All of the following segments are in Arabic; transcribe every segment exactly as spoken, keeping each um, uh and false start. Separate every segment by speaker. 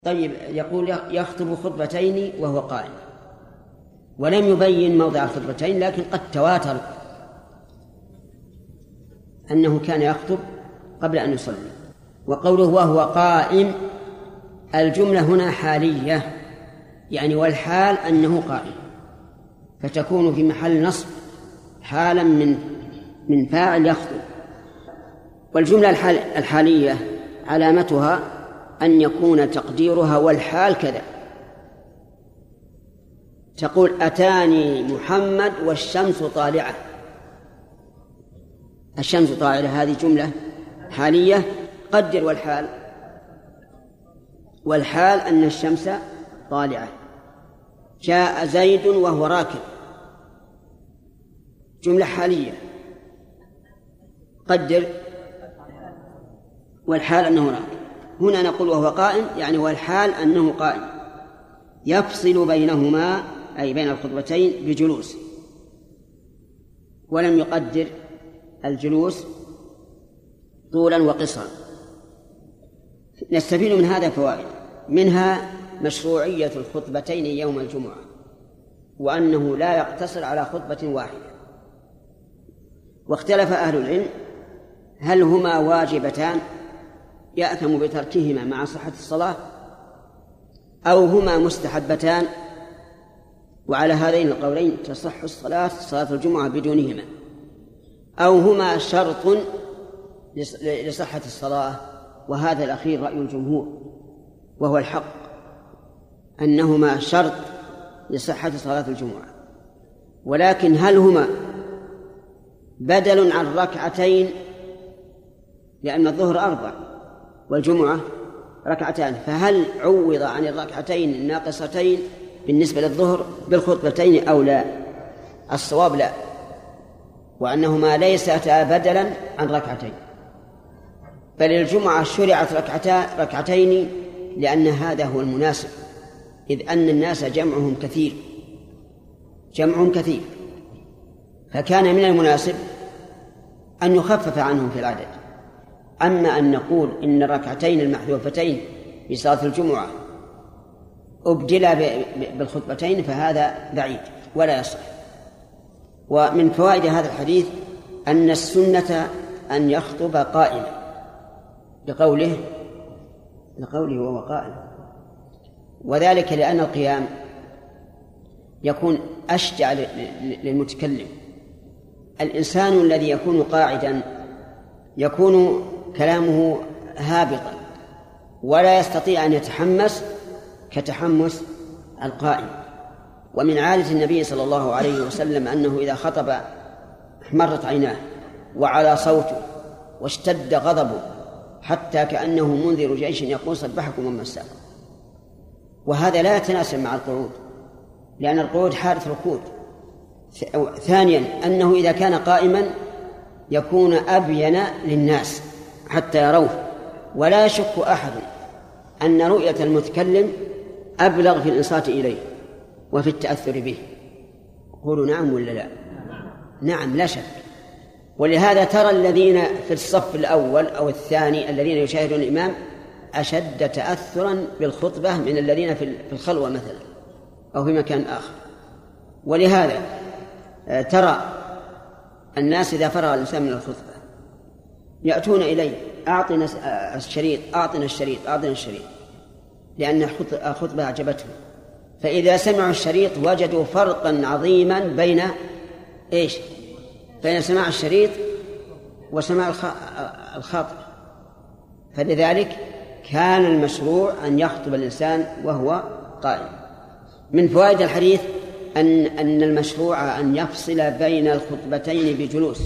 Speaker 1: طيب، يقول يخطب خطبتين وهو قائم، ولم يبين موضع الخطبتين، لكن قد تواتر أنه كان يخطب قبل أن يصلي. وقوله وهو قائم، الجملة هنا حالية، يعني والحال أنه قائم، فتكون في محل نصب حالا من من فاعل يخطب. والجملة الحال الحالية علامتها أن يكون تقديرها والحال كذا. تقول أتاني محمد والشمس طالعة. الشمس طالعة هذه جملة حالية، قدر والحال، والحال أن الشمس طالعة. جاء زيد وهو راكب، جملة حالية، قدر والحال أنه راكب. هنا نقول وهو قائم، يعني والحال أنه قائم، يفصل بينهما أي بين الخطبتين بجلوس، ولم يقدر الجلوس طولا وقصرا. نستفيد من هذا فوائد، منها مشروعية الخطبتين يوم الجمعة، وأنه لا يقتصر على خطبة واحدة. واختلف أهل العلم هل هما واجبتان يأثم بتركهما مع صحة الصلاة، أو هما مستحبتان، وعلى هذين القولين تصح الصلاة صلاة الجمعة بدونهما، أو هما شرط لصحة الصلاة. وهذا الأخير رأي الجمهور، وهو الحق، أنهما شرط لصحة صلاة الجمعة. ولكن هل هما بدل عن ركعتين، لأن الظهر أربع والجمعة ركعتان، فهل عوض عن الركعتين الناقصتين بالنسبة للظهر بالخطبتين أو لا؟ الصواب لا، وأنهما ليستا بدلا عن ركعتين، بل الجمعة شرعت ركعتا ركعتين لأن هذا هو المناسب، إذ أن الناس جمعهم كثير جمعهم كثير فكان من المناسب أن يخفف عنهم في العدد. أما أن نقول إن الركعتين المحذوفتين في صلاة الجمعة أبدلا بالخطبتين فهذا بعيد ولا يصح. ومن فوائد هذا الحديث أن السنة أن يخطب قائما، لقوله لقوله وهو قائم، وذلك لأن القيام يكون أشجع للمتكلم. الإنسان الذي يكون قاعدا يكون كلامه هابطا ولا يستطيع أن يتحمس كتحمس القائم. ومن عادة النبي صلى الله عليه وسلم أنه إذا خطب احمرت عيناه وعلى صوته واشتد غضبه حتى كأنه منذر جيش يقول صبحكم ومن مساكم. وهذا لا يتناسب مع القعود، لأن القعود حادث ركود. ثانيا أنه إذا كان قائما يكون أبين للناس حتى يروه، ولا يشك أحد أن رؤية المتكلم أبلغ في الإنصات إليه وفي التأثر به. قولوا نعم ولا لا؟ نعم لا شك. ولهذا ترى الذين في الصف الأول أو الثاني الذين يشاهدون الإمام أشد تأثرا بالخطبة من الذين في الخلوة مثلا أو في مكان آخر. ولهذا ترى الناس إذا فرغ الإنسان من الخطبة يأتون إليه أعطنا الشريط أعطنا الشريط أعطنا الشريط لأن الخطبة أعجبتهم. فإذا سمعوا الشريط وجدوا فرقا عظيما بين إيش؟ بين سماع الشريط وسماع الخاطب. فلذلك كان المشروع أن يخطب الإنسان وهو قائم. من فوائد الحديث أن أن المشروع أن يفصل بين الخطبتين بجلوس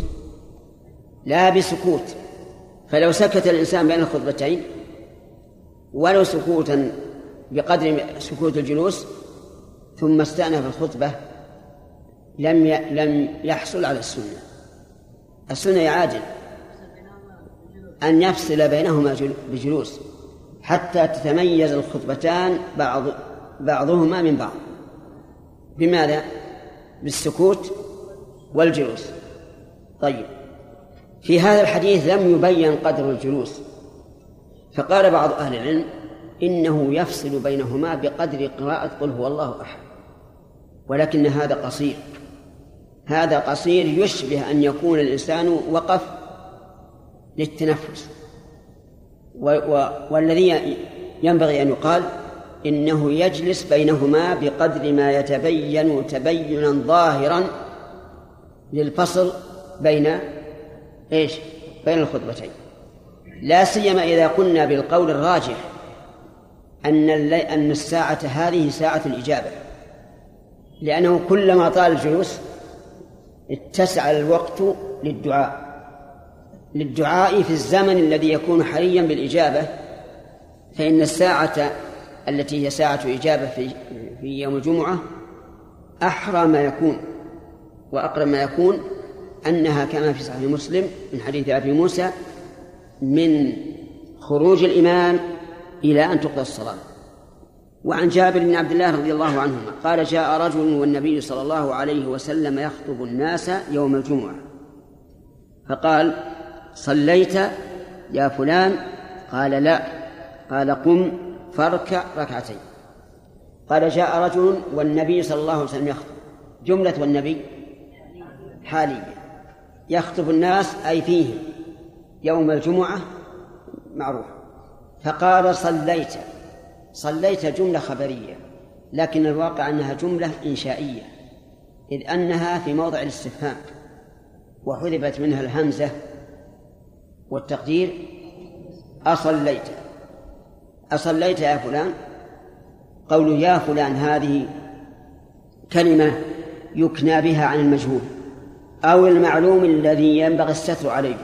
Speaker 1: لا بسكوت. فلو سكت الإنسان بين الخطبتين ولو سكوتا بقدر سكوت الجلوس ثم استأنف الخطبة لم لم يحصل على السنة. السنة يعادل أن يفصل بينهما بجلوس حتى تتميز الخطبتان بعض بعضهما من بعض. بماذا؟ بالسكوت والجلوس. طيب، في هذا الحديث لم يبين قدر الجلوس، فقال بعض أهل العلم إنه يفصل بينهما بقدر قراءة قل هو الله أحد، ولكن هذا قصير، هذا قصير يشبه أن يكون الإنسان وقف للتنفس، والذي ينبغي أن يقال إنه يجلس بينهما بقدر ما يتبين تبينا ظاهرا للفصل بين إيش؟ بين الخطبتين، لا سيما إذا قلنا بالقول الراجح أن أن الساعة هذه ساعة الإجابة، لأنه كلما طال الجلوس اتسع الوقت للدعاء للدعاء في الزمن الذي يكون حريا بالإجابة. فإن الساعة التي هي ساعة إجابة في في يوم الجمعة أحرى ما يكون وأقرب ما يكون أنها كما في صحيح مسلم من حديث أبي موسى من خروج الإمام إلى أن تقضى الصلاة. وعن جابر بن عبد الله رضي الله عنهما قال جاء رجل والنبي صلى الله عليه وسلم يخطب الناس يوم الجمعة فقال صليت يا فلان؟ قال لا. قال قم فاركع ركعتين. قال جاء رجل والنبي صلى الله عليه وسلم يخطب، جملة والنبي حالية، يخطب الناس أي فيهم يوم الجمعة معروف. فقال صليت، صليت جملة خبرية، لكن الواقع أنها جملة إنشائية، إذ أنها في موضع الاستفهام وحذفت منها الهمزة، والتقدير أصليت. أصليت يا فلان، قول يا فلان هذه كلمة يكنى بها عن المجهول أو المعلوم الذي ينبغي الستر عليه.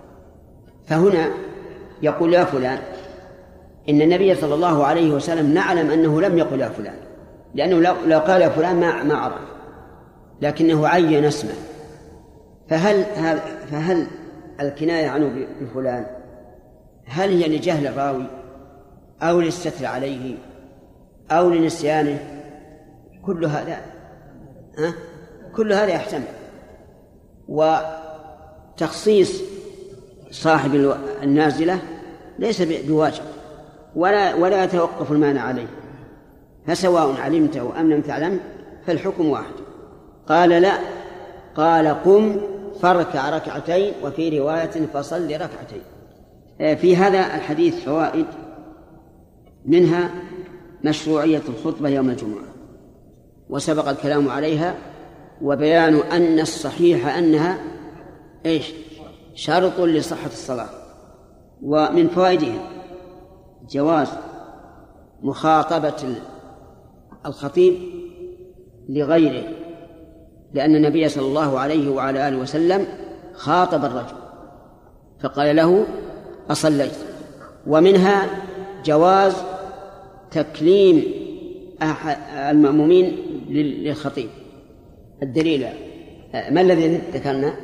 Speaker 1: فهنا يقول يا فلان، إن النبي صلى الله عليه وسلم نعلم أنه لم يقل يا فلان، لأنه لو قال يا فلان ما ما عرف، لكنه عين اسمه. فهل فهل الكناية عنه بفلان هل هي لجهل الراوي أو للستر عليه أو لنسيانه؟ كل هذا ها كل هذا يحتمل. وتخصيص صاحب النازلة ليس بواجب ولا ولا يتوقف المانع عليه، فسواء علمته أم لم تعلم فالحكم واحد. قال لا، قال قم فاركع ركعتين، وفي رواية فصل ركعتين. في هذا الحديث فوائد، منها مشروعية الخطبة يوم الجمعة وسبق الكلام عليها، وبيان أن الصحيح أنها إيش؟ شرط لصحة الصلاة. ومن فوائدها جواز مخاطبة الخطيب لغيره، لأن النبي صلى الله عليه وعلى آله وسلم خاطب الرجل فقال له أصليت. ومنها جواز تكليم المأمومين للخطيب. الدليل ما الذي ذكرنا؟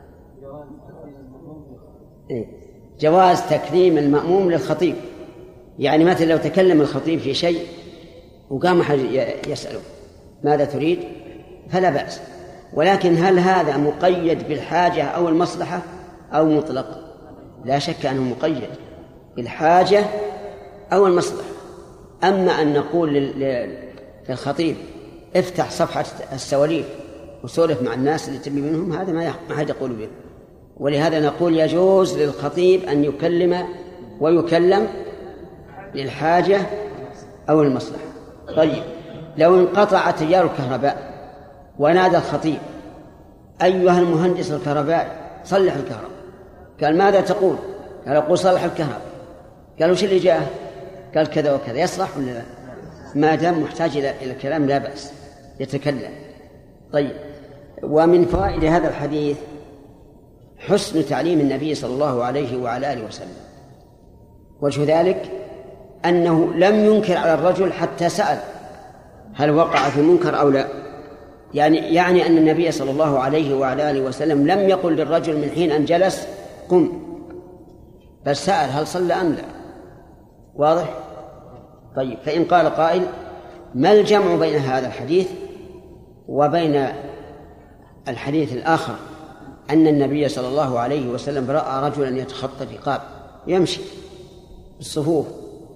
Speaker 1: جواز تكليم المأموم للخطيب، يعني مثلا لو تكلم الخطيب في شيء وقام أحد يسأله ماذا تريد فلا بأس، ولكن هل هذا مقيد بالحاجة أو المصلحة أو مطلق؟ لا شك أنه مقيد بالحاجة أو المصلحة. أما أن نقول للخطيب افتح صفحة السواليف وسولف مع الناس اللي تبي منهم، هذا ما حد يقول به. ولهذا نقول يجوز للخطيب أن يكلم ويكلم للحاجة أو المصلحة. طيب لو انقطع تيار الكهرباء ونادى الخطيب أيها المهندس الكهربائي صلح الكهرباء، قال ماذا تقول؟ قال أقول صلح الكهرباء. قال وش اللي جاء؟ قال كذا وكذا، يصلح ولا لا؟ ما دام محتاج إلى الكلام لا بأس يتكلم. طيب ومن فوائد هذا الحديث حسن تعليم النبي صلى الله عليه وعلى آله وسلم. وجه ذلك أنه لم ينكر على الرجل حتى سأل هل وقع في منكر أو لا، يعني يعني أن النبي صلى الله عليه وعلى آله وسلم لم يقل للرجل من حين أن جلس قم، بل سأل هل صلى أم لا. واضح؟ طيب فإن قال قائل ما الجمع بين هذا الحديث وبين الحديث الآخر أن النبي صلى الله عليه وسلم رأى رجلا يتخطى الرقاب يمشي بالصفوف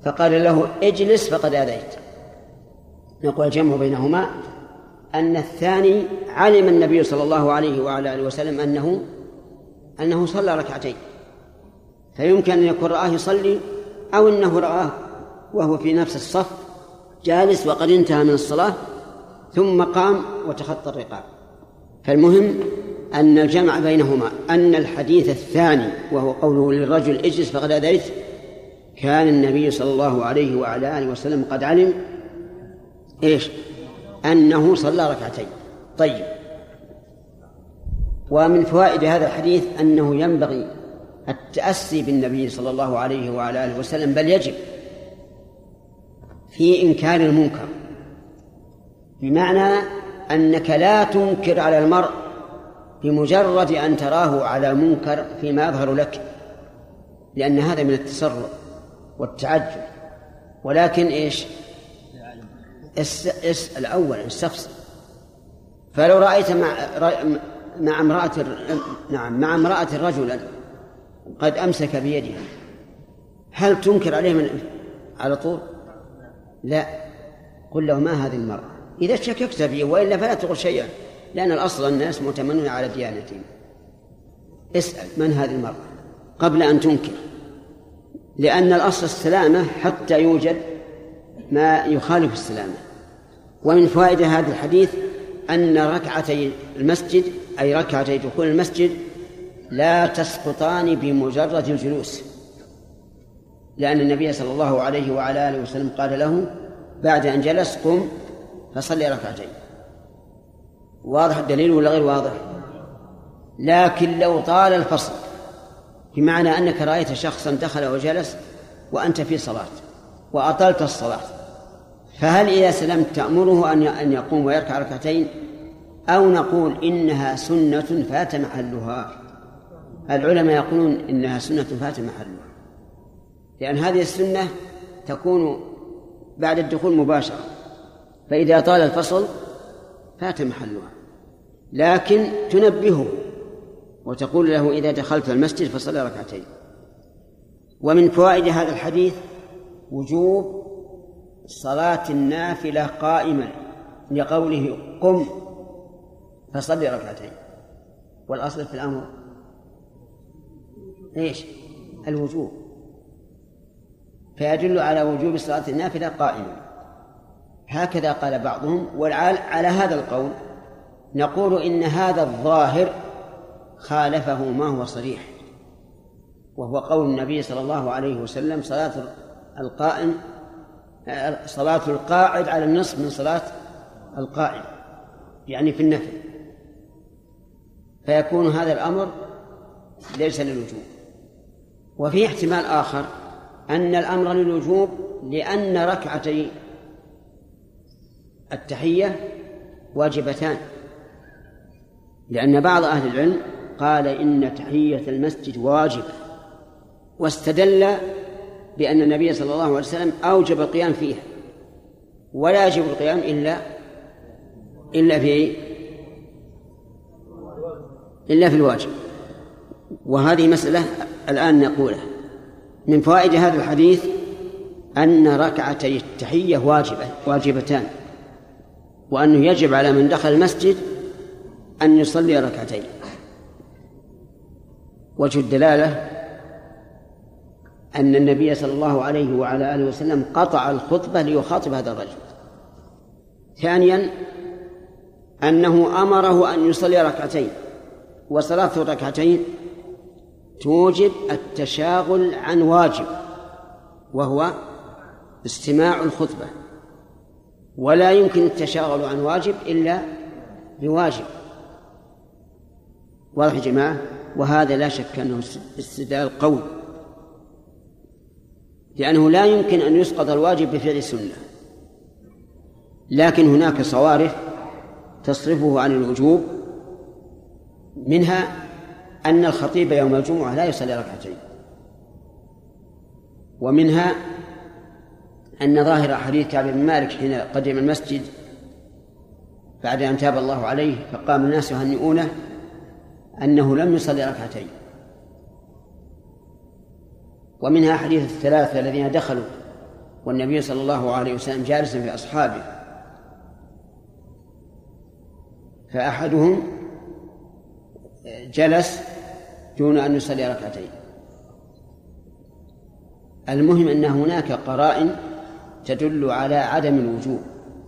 Speaker 1: فقال له اجلس فقد آذيت. نقول الجمع بينهما أن الثاني علم النبي صلى الله عليه وعلى آله وسلم أنه أنه صلى ركعتين، فيمكن أن يكون رآه يصلي أو أنه رآه وهو في نفس الصف جالس وقد انتهى من الصلاة ثم قام وتخطى الرقاب. فالمهم أن الجمع بينهما أن الحديث الثاني وهو قوله للرجل اجلس فقد آذيت كان النبي صلى الله عليه وعلى آله وسلم قد علم إيش؟ أنه صلى ركعتين. طيب، ومن فوائد هذا الحديث أنه ينبغي التأسي بالنبي صلى الله عليه وعلى آله وسلم، بل يجب في إنكار المنكر، بمعنى أنك لا تنكر على المرء بمجرد أن تراه على منكر فيما يظهر لك، لأن هذا من التسرع والتعجل. ولكن إيش؟ اسأل أولا، استفسر. فلو رأيت مع مع امرأة نعم مع امرأة رجلا قد أمسك بيدها، هل تنكر عليه من على طول؟ لا، قل له ما هذه المرأة إذا شككت فيه، وإلا فلا تقول شيئا، لأن الأصل الناس مؤتمنون على ديانتهم. اسأل من هذه المرأة قبل أن تنكر، لأن الأصل السلامة حتى يوجد ما يخالف السلامة. ومن فوائد هذا الحديث أن ركعتي المسجد أي ركعتي دخول المسجد لا تسقطان بمجرد الجلوس، لأن النبي صلى الله عليه وعلى آله وسلم قال له بعد أن جلس قم فصلي ركعتين. واضح الدليل ولا غير واضح؟ لكن لو طال الفصل، بمعنى أنك رأيت شخصا دخل وجلس وأنت في صلاة وأطلت الصلاة، فهل إذا سلمت تأمره أن يقوم ويركع ركعتين، أو نقول إنها سنة فات محلها؟ العلماء يقولون إنها سنة فات محلها، لأن هذه السنة تكون بعد الدخول مباشرة، فإذا طال الفصل فات محلها. لكن تنبهه وتقول له إذا دخلت المسجد فصلي ركعتين. ومن فوائد هذا الحديث وجوب صلاة النافلة قائما، لقوله قم فصلي ركعتين، والأصل في الأمر إيش؟ الوجوب، فيدل على وجوب صلاة النافلة قائما. هكذا قال بعضهم. وعلى هذا القول نقول إن هذا الظاهر خالفه ما هو صريح، وهو قول النبي صلى الله عليه وسلم صلاة القائم صلاة القاعد على النصف من صلاة القائم، يعني في النفل، فيكون هذا الأمر ليس للوجوب. وفي احتمال آخر أن الأمر للوجوب لأن ركعتي التحية واجبتان، لأن بعض أهل العلم قال إن تحية المسجد واجب، واستدل بأن النبي صلى الله عليه وسلم أوجب القيام فيها، ولا يجب القيام إلا إلا في إلا في الواجب. وهذه مسألة الآن نقولها. من فوائد هذا الحديث أن ركعتي التحية واجبة واجبتان، وأنه يجب على من دخل المسجد أن يصلي ركعتين. وجه الدلالة أن النبي صلى الله عليه وعلى آله وسلم قطع الخطبة ليخاطب هذا الرجل. ثانيا أنه أمره أن يصلي ركعتين، وصلاة الركعتين توجب التشاغل عن واجب وهو استماع الخطبة، ولا يمكن التشاغل عن واجب إلا بواجب. واضح يا جماعة؟ وهذا لا شك أنه استدلال قوي، لأنه لا يمكن أن يسقط الواجب بفعل السنة، لكن هناك صوارف تصرفه عن الوجوب، منها أن الخطيب يوم الجمعة لا يصلي ركعتين، ومنها أن ظاهر حديث كعب بن مالك حين قدم المسجد بعد أن تاب الله عليه فقام الناس يهنئونه أنه لم يصلي ركعتين. ومنها حديث الثلاثة الذين دخلوا والنبي صلى الله عليه وسلم جالس في أصحابه، فأحدهم جلس دون أن يصلي ركعتين. المهم أن هناك قرائن تدل على عدم الوجوب،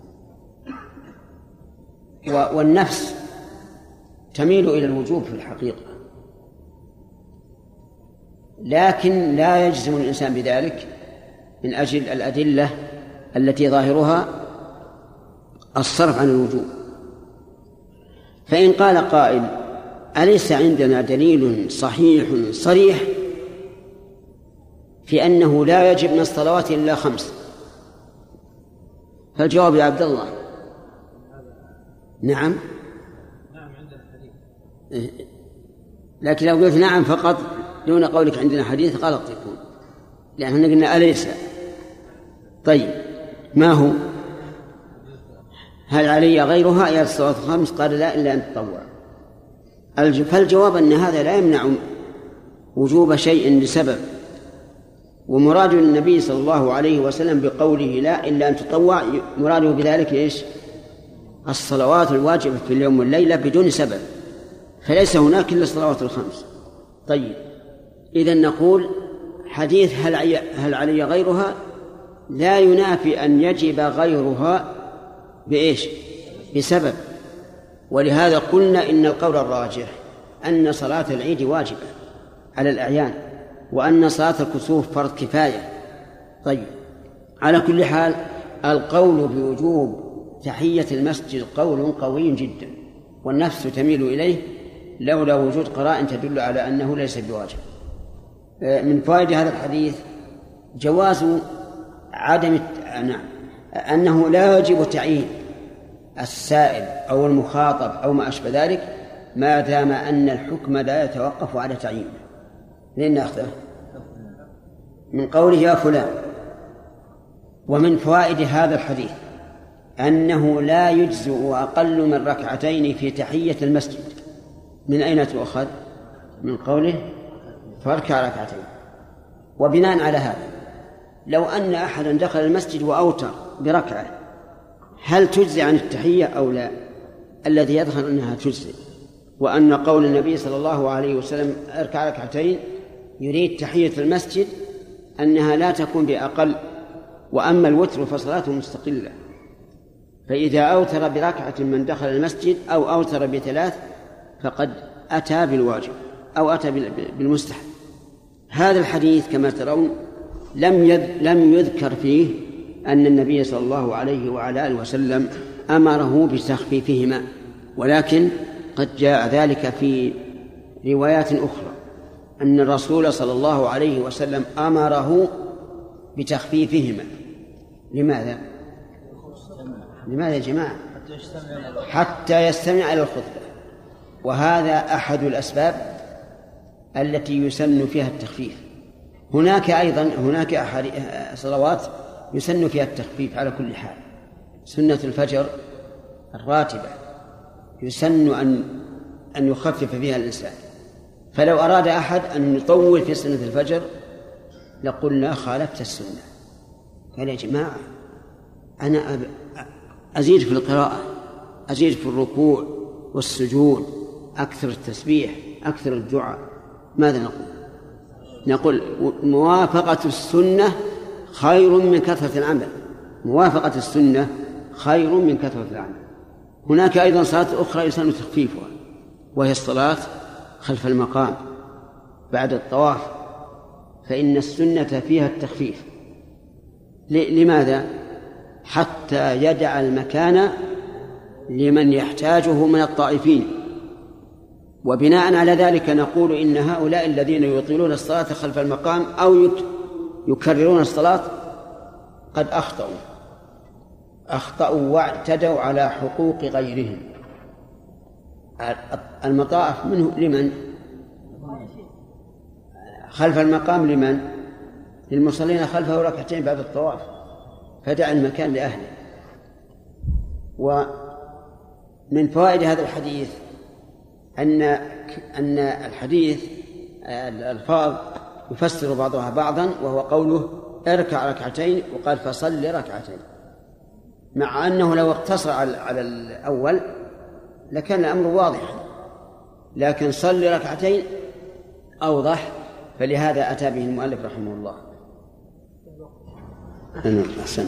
Speaker 1: والنفس تميل إلى الوجوب في الحقيقة، لكن لا يجزم الإنسان بذلك من أجل الأدلة التي ظاهرها الصرف عن الوجوب. فإن قال قائل: أليس عندنا دليل صحيح صريح في أنه لا يجب من الصلوات إلا خمس؟ فالجواب يا عبد الله: نعم.
Speaker 2: نعم عندنا حديث.
Speaker 1: لكن لو قلت نعم فقط دون قولك عندنا حديث غلط يكون، لأننا قلنا أليس. طيب ما هو؟ هل علي غيرها يا الصلوات الخمس؟ قال لا إلا أن تطوع. فالجواب أن هذا لا يمنع وجوب شيء لسبب، ومراد النبي صلى الله عليه وسلم بقوله لا إلا أن تطوع مراده بذلك إيش؟ الصلوات الواجبة في اليوم والليلة بدون سبب، فليس هناك إلا الصلوات الخمس. طيب إذن نقول حديث هل علي, هل علي غيرها لا ينافي أن يجب غيرها بإيش؟ بسبب. ولهذا قلنا إن القول الراجح أن صلاة العيد واجبة على الأعيان، وأن صلاة الكسوف فرض كفاية. طيب على كل حال القول بوجوب تحية المسجد قول قوي جدا، والنفس تميل إليه لولا وجود قرائن تدل على أنه ليس بواجب. من فوائد هذا الحديث جواز عدم نعم أنه لا يجب تعيين السائل أو المخاطب أو ما أشبه ذلك ما دام أن الحكم لا يتوقف على تعيينه. لين نأخذه من قوله يا فلان. ومن فوائد هذا الحديث أنه لا يجزئ أقل من ركعتين في تحية المسجد. من أين تؤخذ؟ من قوله فاركع ركعتين. وبناء على هذا لو أن أحدا دخل المسجد وأوتر بركعة هل تجزي عن التحية أو لا؟ الذي يظهر أنها تجزي، وأن قول النبي صلى الله عليه وسلم اركع ركعتين يريد تحية المسجد أنها لا تكون بأقل، وأما الوتر فصلاته مستقلة. فإذا أوتر بركعة من دخل المسجد أو أوتر بثلاث فقد أتى بالواجب أو أتى بالمستحب. هذا الحديث كما ترون لم لم يذكر فيه أن النبي صلى الله عليه وعلى آله وسلم أمره بتخفيفهما، ولكن قد جاء ذلك في روايات أخرى أن الرسول صلى الله عليه وسلم أمره بتخفيفهما. لماذا؟ لماذا يا جماعة؟ حتى يستمع إلى الخطبة، وهذا أحد الأسباب التي يسن فيها التخفيف. هناك أيضا هناك صلوات يسن فيها التخفيف على كل حال. سنة الفجر الراتبة يسن أن أن يخفف فيها الإنسان، فلو أراد أحد أن يطول في سنة الفجر لقلنا خالفت السنة. قال يا جماعة أنا أزيد في القراءة، أزيد في الركوع والسجود، أكثر التسبيح، أكثر الدعاء. ماذا نقول؟ نقول موافقة السنة خير من كثرة العمل. موافقة السنة خير من كثرة العمل. هناك أيضا صلاة أخرى يسن تخفيفها، وهي الصلاة خلف المقام بعد الطواف، فإن السنة فيها التخفيف. لماذا؟ حتى يدع المكان لمن يحتاجه من الطائفين. وبناء على ذلك نقول إن هؤلاء الذين يطيلون الصلاة خلف المقام أو يكررون الصلاة قد أخطأوا أخطأوا واعتدوا على حقوق غيرهم. المطاف منه لمن؟ خلف المقام لمن؟ للمصلين خلفه ركعتين بعد الطواف، فدع المكان لأهله. ومن فوائد هذا الحديث أن أن الحديث الألفاظ يفسر بعضها بعضا، وهو قوله اركع ركعتين وقال فصل ركعتين، مع أنه لو اقتصر على الأول لكان الأمر واضحا، لكن صل ركعتين أوضح، فلهذا أتى به المؤلف رحمه الله. أنا أحسن.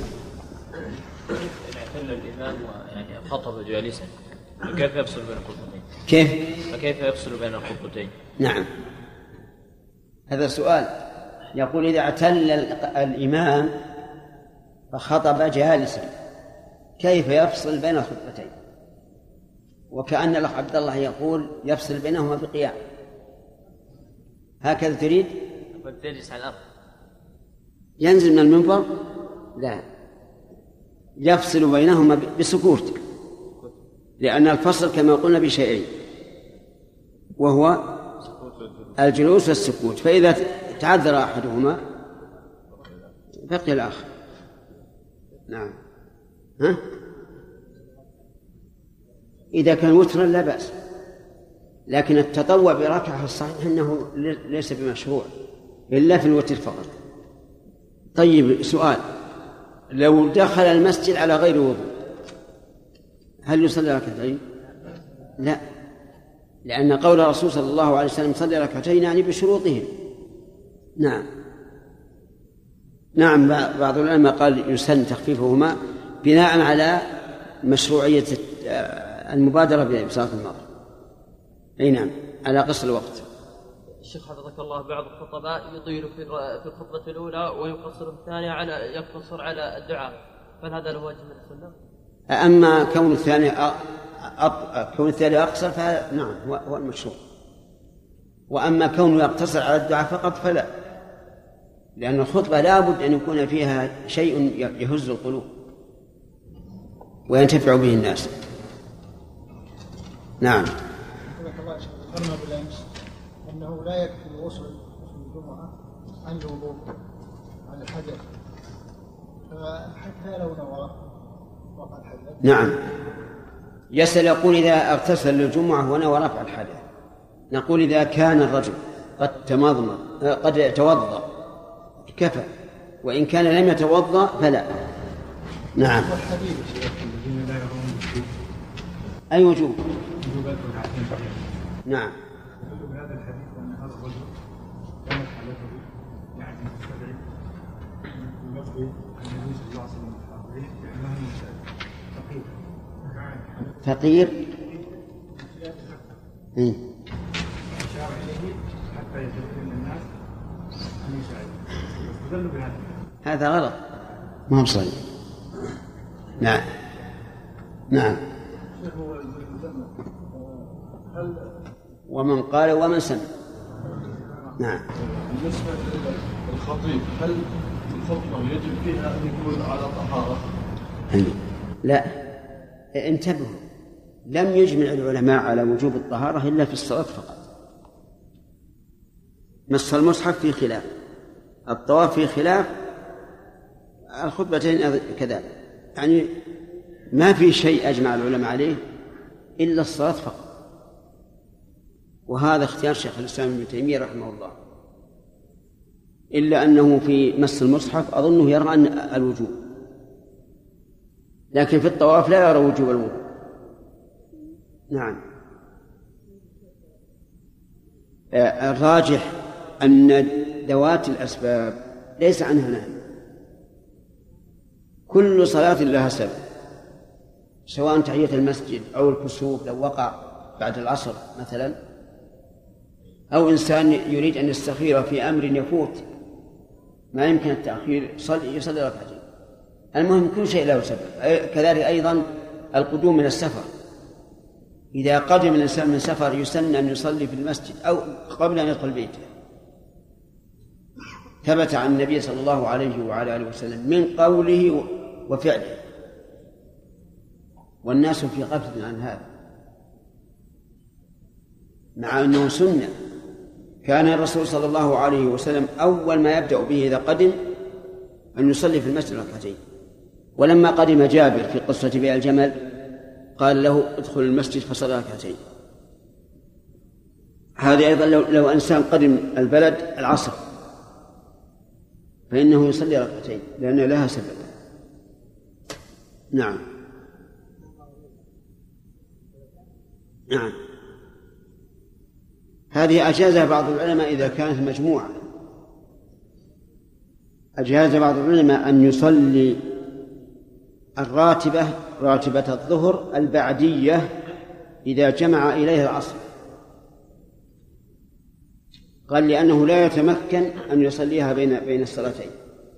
Speaker 2: اعتل الإمام يعني خطب جالسا، كيف يفصل بين الخطبتين؟
Speaker 1: كيف؟
Speaker 2: فكيف يفصل بين الخطبتين؟
Speaker 1: نعم، هذا سؤال. يقول إذا اعتل الإمام فخطب جالسا كيف يفصل بين الخطبتين؟ وكأن الأخ عبد الله يقول يفصل بينهما بقيام، هكذا تريد؟
Speaker 2: يجلس على الأرض،
Speaker 1: ينزل من المنبر؟ لا، يفصل بينهما بسكوت، لأن الفصل كما قلنا بشيئين، وهو الجلوس والسكوت، فإذا تعذر أحدهما بقي الآخر. نعم. ها؟ إذا كان وترا لا بأس، لكن التطوع بركعة الصحيح أنه ليس بمشروع إلا في الوتر فقط. طيب سؤال، لو دخل المسجد على غير وضوء هل يصلي ركعتين؟ لا، لأن قول الرسول صلى الله عليه وسلم صلي ركعتين يعني بشروطهم. نعم نعم بعض العلماء قال يسن تخفيفهما بناء على مشروعية المبادرة بصلاة المغرب. أي نعم، على قصر الوقت.
Speaker 3: الشيخ حفظك الله، بعض الخطباء يطيل في في الخطبة الأولى ويقصر في الثانية على يقتصر على الدعاء، فهذا له وجه من السنة؟
Speaker 1: أما كون الثاني أ... كون الثاني أقصر فنعم هو المشروع، وأما كونه يقتصر على الدعاء فقط فلا، لأن الخطبة لا بد أن يكون فيها شيء يهز القلوب وينتفع به الناس. نعم.
Speaker 4: ذكرنا بالأمس أنه لا يكفي الغسل في الجمعة عن الوضوء عن الحدث، فحتى لو نوى رفع الحدث.
Speaker 1: نعم، يسأل يقول إذا اغتسل للجمعة ونوى رفع الحدث، نقول إذا كان الرجل قد تمضمض قد توضأ كفى، وإن كان لم يتوضأ فلا. نعم. أي وجوب؟ نعم.
Speaker 5: هذا الحديث أن هذا الرجل كانت حالته يعني تستدعي لفظ النبي صلى الله عليه وسلم الحاضرين بأنه فقير
Speaker 1: فقير
Speaker 5: أشار إليه حتى يتبين الناس أن يساعد، واستدلوا بهذا.
Speaker 1: هذا غلط، ما هو صحيح. نعم نعم. ومن قال ومن سمع. نعم.
Speaker 6: بالنسبة للخطيب هل الخطبة يجب فيها أن يكون على طهارة؟
Speaker 1: لا، انتبهوا، لم يجمع العلماء على وجوب الطهارة إلا في الصلاة فقط. مس المصحف في خلاف، الطواف في خلاف، الخطبتين كذلك، يعني ما في شيء أجمع العلماء عليه إلا الصلاة فقط، وهذا اختيار شيخ الإسلام ابن تيمية رحمه الله، إلا أنه في مس المصحف أظنه يرى أن الوجوب، لكن في الطواف لا يرى وجوب الوضوء. نعم. الراجح أن ذوات الأسباب ليس عنها نهي، كل صلاة لها سبب، سواء تحية المسجد أو الكسوف لو وقع بعد العصر مثلا، أو إنسان يريد أن يستخير في أمر يفوت ما يمكن التأخير يصلي, يصلي ركعتين. المهم كل شيء له سبب. كذلك أيضا القدوم من السفر، إذا قدم الإنسان من سفر يسن أن يصلي في المسجد أو قبل أن يدخل بيته، ثبت عن النبي صلى الله عليه وعلى آله وسلم من قوله وفعله، والناس في غفلة عن هذا، مع أنه سنة. كان الرسول صلى الله عليه وسلم أول ما يبدأ به إذا قدم أن يصلي في المسجد ركعتين، ولما قدم جابر في قصة بيع الجمل قال له ادخل المسجد فصلى ركعتين. هذا أيضا لو, لو إنسان قدم البلد العصر فإنه يصلي ركعتين لأن لها سبب. نعم نعم هذه أجازها بعض العلماء إذا كانت مجموعة. أجاز بعض العلماء أن يصلي الراتبة راتبة الظهر البعدية إذا جمع إليها العصر، قال لأنه لا يتمكن أن يصليها بين بين الصلاتين،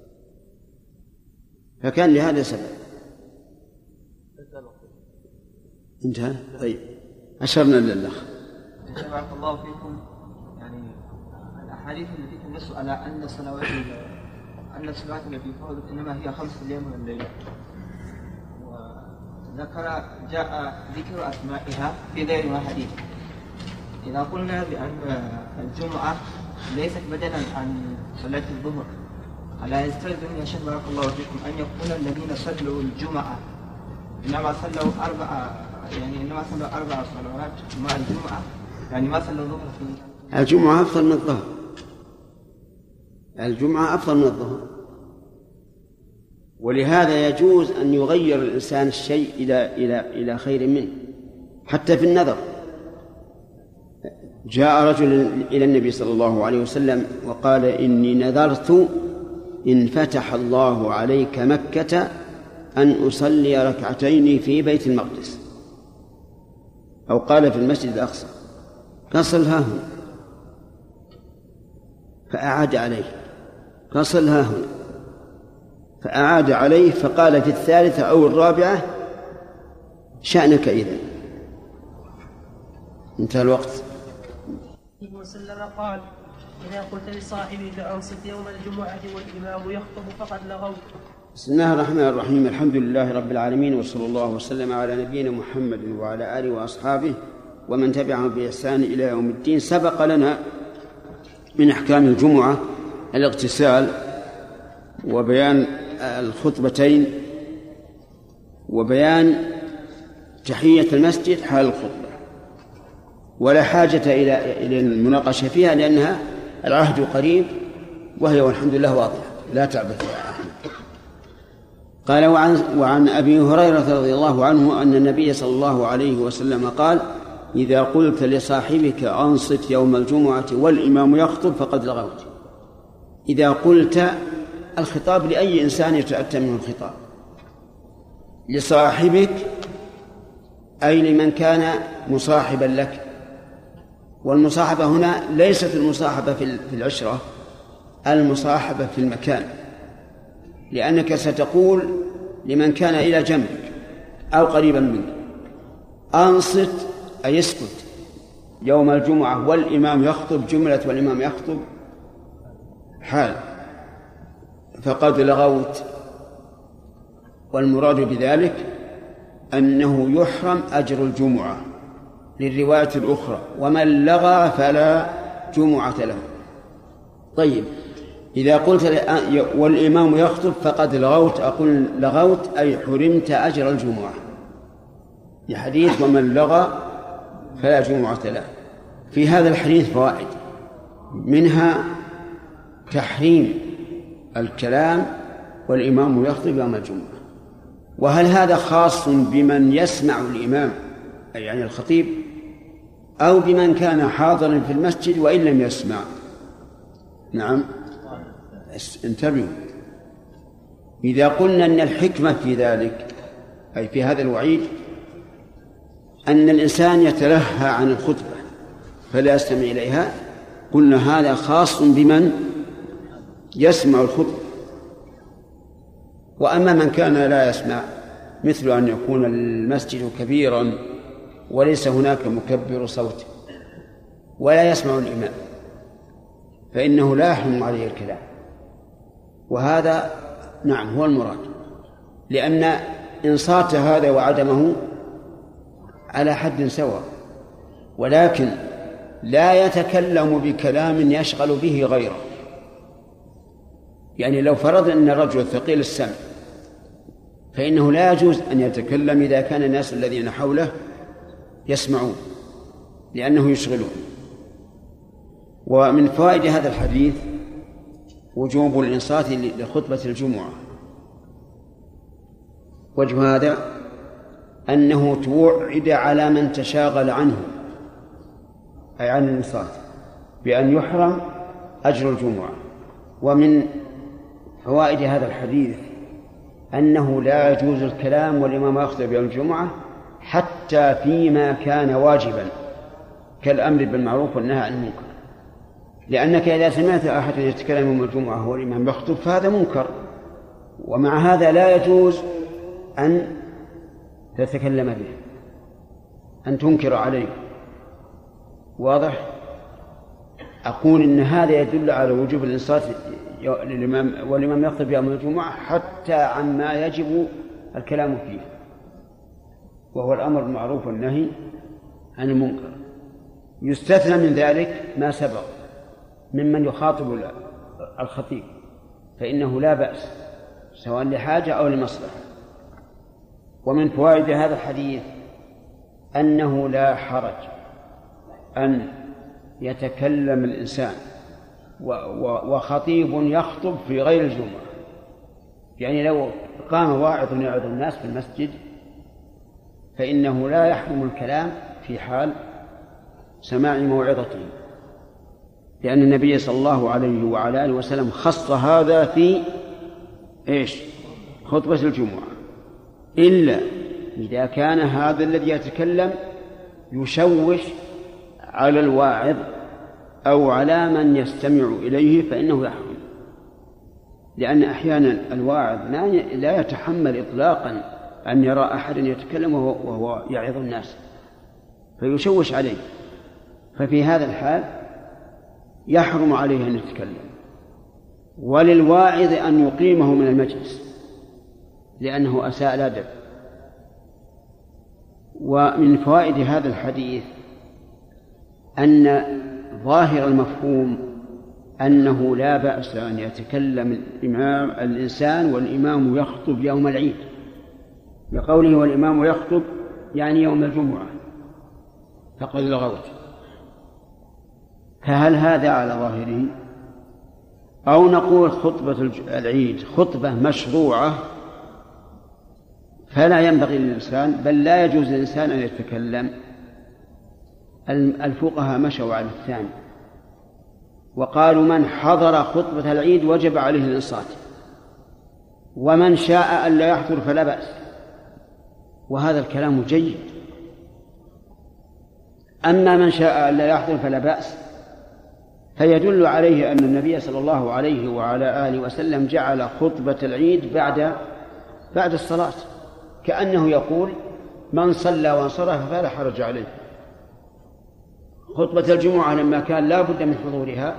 Speaker 1: فكان لهذا سبب. انتهى. طيب أشرنا للأخ.
Speaker 7: بارك الله فيكم. يعني الأحاديث التي تنص على أن الصلوات أن الصلوات التي فرضت إنما هي خمس أيام من الليل، وذكر جاء ذكر أسمائها في غير ما حديث. إذا قلنا بأن الجمعة ليست بدلا عن صلاة الظهر، ألا يستلزم يا شيخ بارك الله فيكم أن يكون الذين صلوا الجمعة إنما صلوا أربع يعني إنما صلوا أربع صلوات مع الجمعة، يعني ما صلوا الظهر في
Speaker 1: الجمعة أفضل من الظهر. الجمعة أفضل من الظهر، ولهذا يجوز أن يغير الإنسان الشيء إلى إلى إلى خير منه حتى في النذر. جاء رجل إلى النبي صلى الله عليه وسلم وقال: إني نذرت إن فتح الله عليك مكة أن أصلي ركعتين في بيت المقدس، أو قال في المسجد الأقصى، فصلها هنا، فأعاد عليه، فصلها هنا، فأعاد عليه، فقال في الثالثة أو الرابعة: شأنك إذن. انتهى الوقت.
Speaker 8: وسلم قال: إذا قلت لصاحبك أنصت يوم الجمعة والإمام يخطب فقد لغوت.
Speaker 1: بسم الله الرحمن الرحيم. الحمد لله رب العالمين، وصلى الله وسلم على نبينا محمد وعلى آله وأصحابه ومن تبعهم بإحسان إلى يوم الدين. سبق لنا من أحكام الجمعة الاغتسال وبيان الخطبتين وبيان تحية المسجد حال الخطبة، ولا حاجة إلى إلى المناقشة فيها لأنها العهد قريب وهي والحمد لله واضحة لا تعبث يا أحمد. قال: وعن, وعن أبي هريرة رضي الله عنه أن النبي صلى الله عليه وسلم قال: إذا قلت لصاحبك أنصت يوم الجمعة والإمام يخطب فقد لغوت. إذا قلت، الخطاب لأي إنسان يتأتى منه الخطاب، لصاحبك أي لمن كان مصاحبا لك، والمصاحبة هنا ليست المصاحبة في العشرة، المصاحبة في المكان، لأنك ستقول لمن كان إلى جنبك أو قريبا منك: أنصت أي اسكت يوم الجمعة والإمام يخطب، جملة والإمام يخطب حال، فقد لغوت. والمراد بذلك أنه يحرم أجر الجمعة للرواية الأخرى: ومن لغى فلا جمعة له. طيب، إذا قلت والإمام يخطب فقد لغوت، أقول لغوت أي حرمت أجر الجمعة، لحديث ومن لغى فلا جمعة له. في هذا الحديث فوائد، منها تحريم الكلام والإمام يخطب يوم الجمعة. وهل هذا خاص بمن يسمع الإمام أي يعني الخطيب، أو بمن كان حاضرا في المسجد وإن لم يسمع؟ نعم، انتبهوا. إذا قلنا أن الحكمة في ذلك أي في هذا الوعيد أن الإنسان يتلهى عن الخطبة فلا يستمع إليها، قلنا هذا خاص بمن يسمع الخطبة. وأما من كان لا يسمع، مثل أن يكون المسجد كبيرا وليس هناك مكبر صوت ولا يسمع الإمام، فإنه لا يحرم عليه الكلام، وهذا نعم هو المراد، لأن إنصات هذا وعدمه على حد سواء، ولكن لا يتكلم بكلام يشغل به غيره. يعني لو فرض أن الرجل ثقيل السمع فإنه لا يجوز أن يتكلم إذا كان الناس الذين حوله يسمعون، لأنه يشغلون. ومن فوائد هذا الحديث
Speaker 9: وجوب الإنصات لخطبة الجمعة. وجه هذا أنه توعد على من تشاغل عنه أي عن الإنصات بأن يحرم أجر الجمعة. ومن فوائد هذا الحديث أنه لا يجوز الكلام والإمام يخطب يوم الجمعة حتى فيما كان واجبا كالأمر بالمعروف والنهي عن المنكر، لأنك إذا سمعت أحد يتكلم يوم الجمعة والإمام يخطب فهذا منكر، ومع هذا لا يجوز أن تتكلم به، أن تنكر عليه. واضح؟ أقول إن هذا يدل على وجوب الإنصات للإمام والإمام يخطب يوم الجمعة حتى عما يجب الكلام فيه، وهو الأمر بالمعروف والنهي عن المنكر. يستثنى من ذلك ما سبق ممن يخاطب الخطيب، فإنه لا بأس سواء لحاجة أو لمصلحة. ومن فوائد هذا الحديث أنه لا حرج أن يتكلم الإنسان وخطيب يخطب في غير الجمعة. يعني لو قام واعظ يعظ الناس في المسجد فإنه لا يحرم الكلام في حال سماع موعظته، لأن النبي صلى الله عليه وعلى آله وسلم خص هذا في إيش؟ خطبة الجمعة، إلا إذا كان هذا الذي يتكلم يشوش على الواعظ أو على من يستمع إليه فإنه يحرم، لأن أحيانا الواعظ لا يتحمل إطلاقا أن يرى أحد يتكلم وهو يعظ الناس فيشوش عليه، ففي هذا الحال يحرم عليه أن يتكلم، وللواعظ أن يقيمه من المجلس لأنه أساء الأدب. ومن فوائد هذا الحديث أن ظاهر المفهوم أنه لا بأس أن يتكلم الإمام الإنسان والإمام يخطب يوم العيد، بقوله والإمام يخطب يعني يوم الجمعة فقد لغوت. فهل هذا على ظاهره؟ أو نقول خطبة العيد خطبة مشروعة فلا ينبغي للإنسان بل لا يجوز للإنسان أن يتكلم؟ الفقهاء مشوا على الثاني وقالوا من حضر خطبة العيد وجب عليه الإنصات، ومن شاء أن لا يحضر فلا بأس، وهذا الكلام جيد. أما من شاء أن لا يحضر فلا بأس فيدل عليه أن النبي صلى الله عليه وعلى آله وسلم جعل خطبة العيد بعد بعد الصلاة، كأنه يقول من صلى وانصرف فلا حرج عليه. خطبة الجمعة لما كان لا بد من حضورها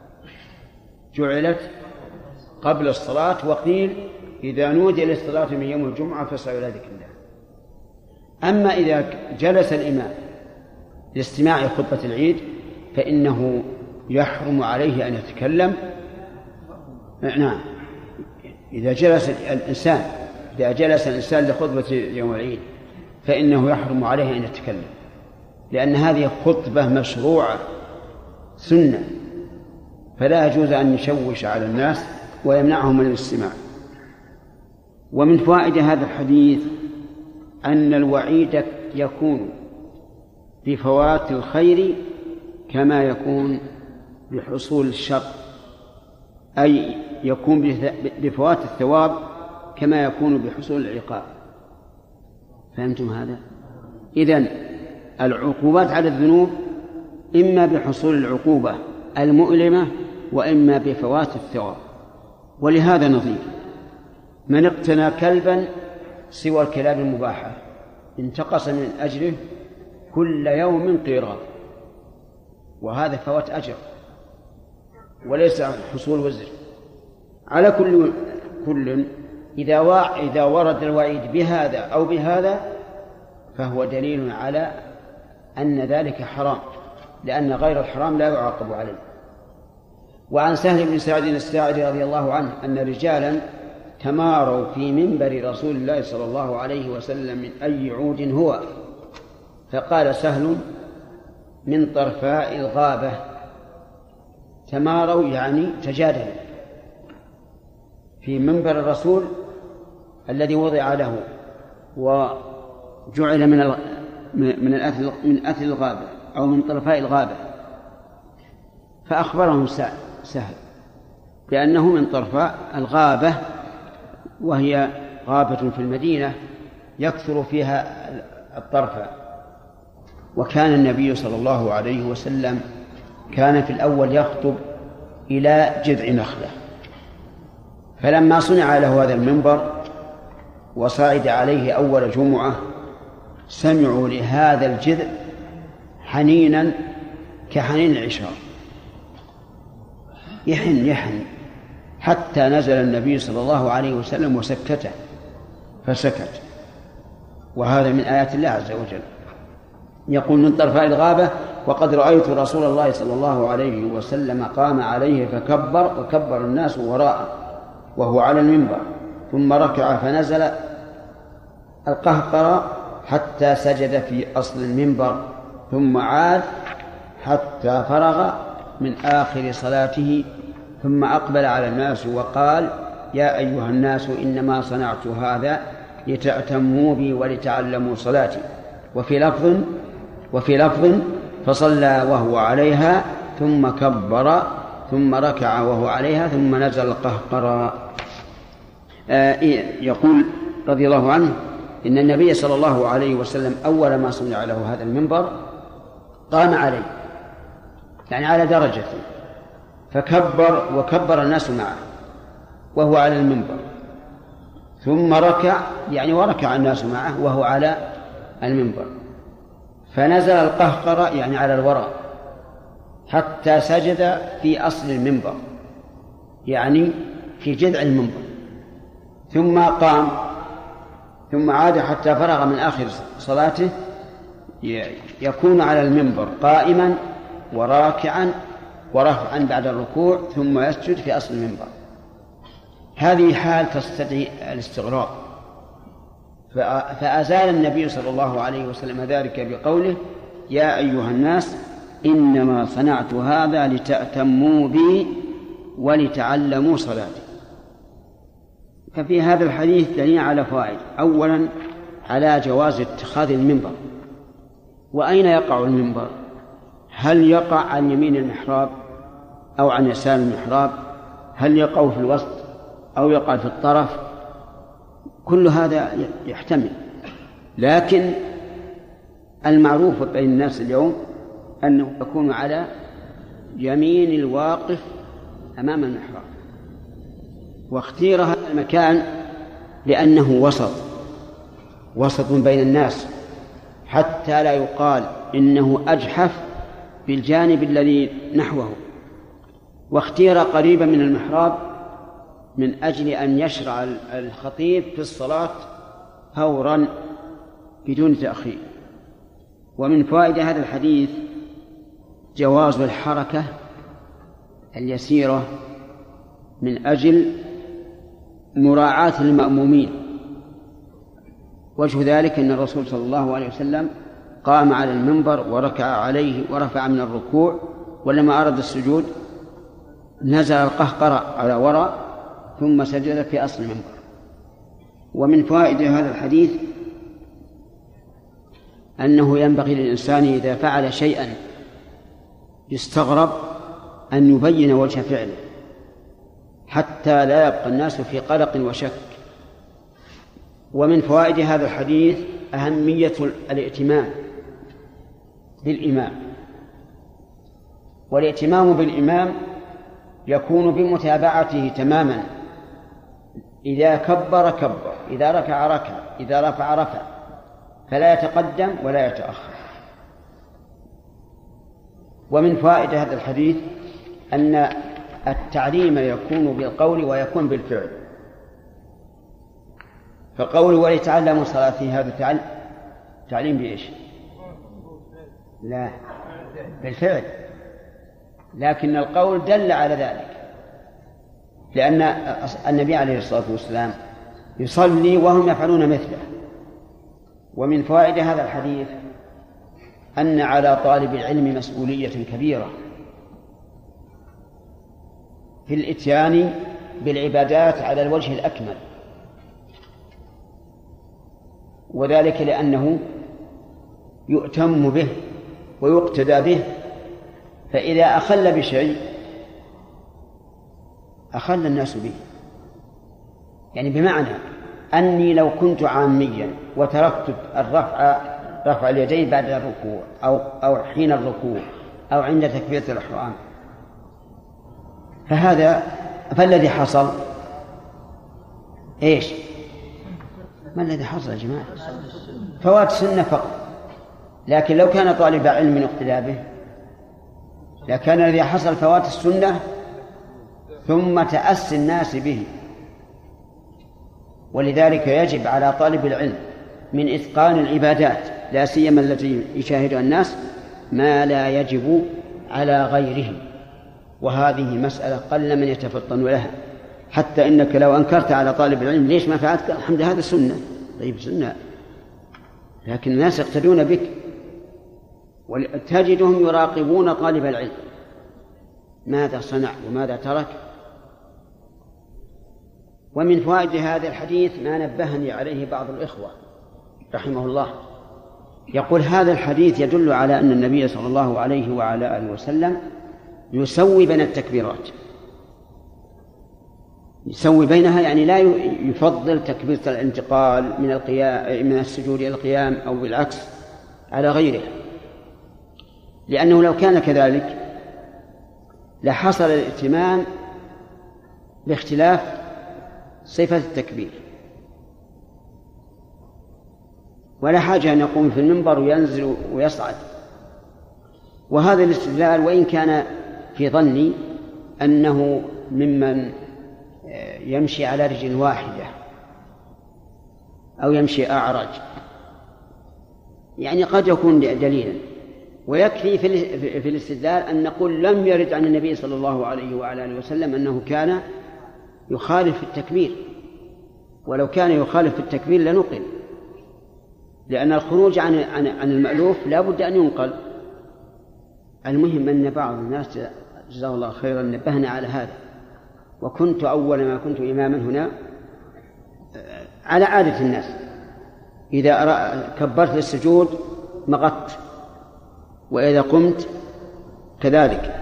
Speaker 9: جعلت قبل الصلاة، وقيل إذا نودي للصلاة من يوم الجمعة فاسعوا إلى ذكر الله. أما إذا جلس الإمام لاستماع خطبة العيد فإنه يحرم عليه أن يتكلم. نعم، إذا جلس الإنسان إذا جلس الإنسان لخطبة يوم العيد فإنه يحرم عليه أن يتكلم، لأن هذه خطبة مشروعة سنة، فلا يجوز أن يشوش على الناس ويمنعهم من الاستماع. ومن فوائد هذا الحديث أن الوعيد يكون بفوات الخير كما يكون بحصول الشر، أي يكون بفوات الثواب كما يكون بحصول العقاب. فهمتم هذا؟ إذن العقوبات على الذنوب إما بحصول العقوبة المؤلمة وإما بفوات الثواب. ولهذا نظير من اقتنى كلبا سوى الكلاب المباحة انتقص من أجره كل يوم قيراط، وهذا فوات أجر وليس حصول وزر. على كل كل إذا إذا ورد الوعيد بهذا أو بهذا فهو دليل على أن ذلك حرام، لأن غير الحرام لا يعاقب عليه. وعن سهل بن سعد الساعدي رضي الله عنه أن رجالا تماروا في منبر رسول الله صلى الله عليه وسلم من أي عود هو، فقال سهل من طرفاء الغابة. تماروا يعني تجادلوا في منبر الرسول الذي وضع له وجعل من من الأثل من أثل الغابة أو من طرفاء الغابة، فأخبرهم سهل بأنه من طرفاء الغابة، وهي غابة في المدينة يكثر فيها الطرفاء. وكان النبي صلى الله عليه وسلم كان في الأول يخطب إلى جذع نخلة، فلما صنع له هذا المنبر وصعد عليه أول جمعة سمعوا لهذا الجذع حنينا كحنين العشار، يحن يحن حتى نزل النبي صلى الله عليه وسلم وسكته فسكت. وهذا من آيات الله عز وجل. يقول من طرفاء الغابة: وقد رأيت رسول الله صلى الله عليه وسلم قام عليه فكبر وكبر الناس وراءه وهو على المنبر، ثم ركع فنزل القهقرة حتى سجد في أصل المنبر، ثم عاد حتى فرغ من آخر صلاته، ثم أقبل على الناس وقال: يا أيها الناس إنما صنعت هذا لتأتموا بي ولتعلموا صلاتي. وفي لفظ وفي لفظ فصلى وهو عليها ثم كبر ثم ركع وهو عليها ثم نزل القهقرى. آه يقول رضي الله عنه إن النبي صلى الله عليه وسلم أول ما صنع له هذا المنبر قام عليه، يعني على درجته، فكبر وكبر الناس معه وهو على المنبر، ثم ركع يعني وركع الناس معه وهو على المنبر، فنزل القهقرة يعني على الوراء حتى سجد في أصل المنبر يعني في جذع المنبر، ثم قام ثم عاد حتى فرغ من آخر صلاته يكون على المنبر قائما وراكعا ورفعا بعد الركوع ثم يسجد في أصل المنبر. هذه حال تستدعي الاستغراب، فأزال النبي صلى الله عليه وسلم ذلك بقوله: يا أيها الناس إنما صنعت هذا لتأتموا بي ولتعلموا صلاتي. ففي هذا الحديث دليل على فوائد. أولا على جواز اتخاذ المنبر. وأين يقع المنبر؟ هل يقع عن يمين المحراب أو عن يسار المحراب؟ هل يقع في الوسط أو يقع في الطرف؟ كل هذا يحتمل، لكن المعروف بين الناس اليوم أنه يكون على يمين الواقف أمام المحراب. واختير هذا المكان لأنه وسط وسط بين الناس حتى لا يقال إنه أجحف بالجانب الذي نحوه، واختير قريبا من المحراب من أجل أن يشرع الخطيب في الصلاة فورا بدون تأخير. ومن فوائد هذا الحديث جواز الحركة اليسيرة من أجل مراعاة المأمومين. وجه ذلك أن الرسول صلى الله عليه وسلم قام على المنبر وركع عليه ورفع من الركوع، ولما أراد السجود نزل القهقرة على وراء ثم سجد في أصل المنبر. ومن فوائد هذا الحديث أنه ينبغي للإنسان إذا فعل شيئا يستغرب أن يبين وجه فعله حتى لا يبقى الناس في قلق وشك. ومن فوائد هذا الحديث أهمية الائتمام بالإمام، والائتمام بالإمام يكون بمتابعته تماما، إذا كبر كبر، إذا ركع ركع، إذا رفع رفع، فلا يتقدم ولا يتأخر. ومن فوائد هذا الحديث أن التعليم يكون بالقول ويكون بالفعل. فقول وليتعلموا صلاتي هذا تعلم تعليم بإيش؟ لا، بالفعل، لكن القول دل على ذلك، لأن النبي عليه الصلاة والسلام يصلي وهم يفعلون مثله. ومن فوائد هذا الحديث أن على طالب العلم مسؤولية كبيرة في الإتيان بالعبادات على الوجه الأكمل، وذلك لأنه يؤتم به ويقتدى به، فإذا أخل بشيء أخل الناس به. يعني بمعنى أني لو كنت عاميا وتركت الرفع رفع اليدين بعد الركوع أو أو حين الركوع أو عند تكبيرة الإحرام، فهذا فالذي حصل إيش؟ ما الذي حصل يا جماعة؟ فوات سنة فقط. لكن لو كان طالب علم اقتدى به لكان الذي حصل فوات السنة ثم تأسي الناس به. ولذلك يجب على طالب العلم من إتقان العبادات لا سيما التي يشاهدها الناس ما لا يجب على غيره، وهذه مسألة قل من يتفطن لها، حتى إنك لو أنكرت على طالب العلم ليش ما فعلت؟ الحمد هذا سنة. طيب سنة، لكن الناس يقتدون بك وتجدهم يراقبون طالب العلم ماذا صنع وماذا ترك. ومن فوائد هذا الحديث ما نبهني عليه بعض الإخوة رحمه الله، يقول هذا الحديث يدل على أن النبي صلى الله عليه وعلى آله وسلم يسوي بين التكبيرات، يسوي بينها، يعني لا يفضل تكبيرة الانتقال من القيام من السجود إلى القيام أو بالعكس على غيره، لأنه لو كان كذلك لحصل الائتمام باختلاف صفة التكبير، ولا حاجة أن يقوم في المنبر وينزل ويصعد. وهذا الاستدلال وإن كان في ظني أنه ممن يمشي على رجل واحدة أو يمشي أعرج، يعني قد يكون دليلا. ويكفي في الاستدلال أن نقول لم يرد عن النبي صلى الله عليه وعلى آله وسلم أنه كان يخالف في التكبير، ولو كان يخالف في التكبير لنقل، لأن الخروج عن عن عن المألوف لا بد أن ينقل. المهم أن بعض الناس جزاه الله خيرا نبهنا على هذا. وكنت أول ما كنت إماما هنا على عادة الناس إذا كبرت للسجود مغطت، وإذا قمت كذلك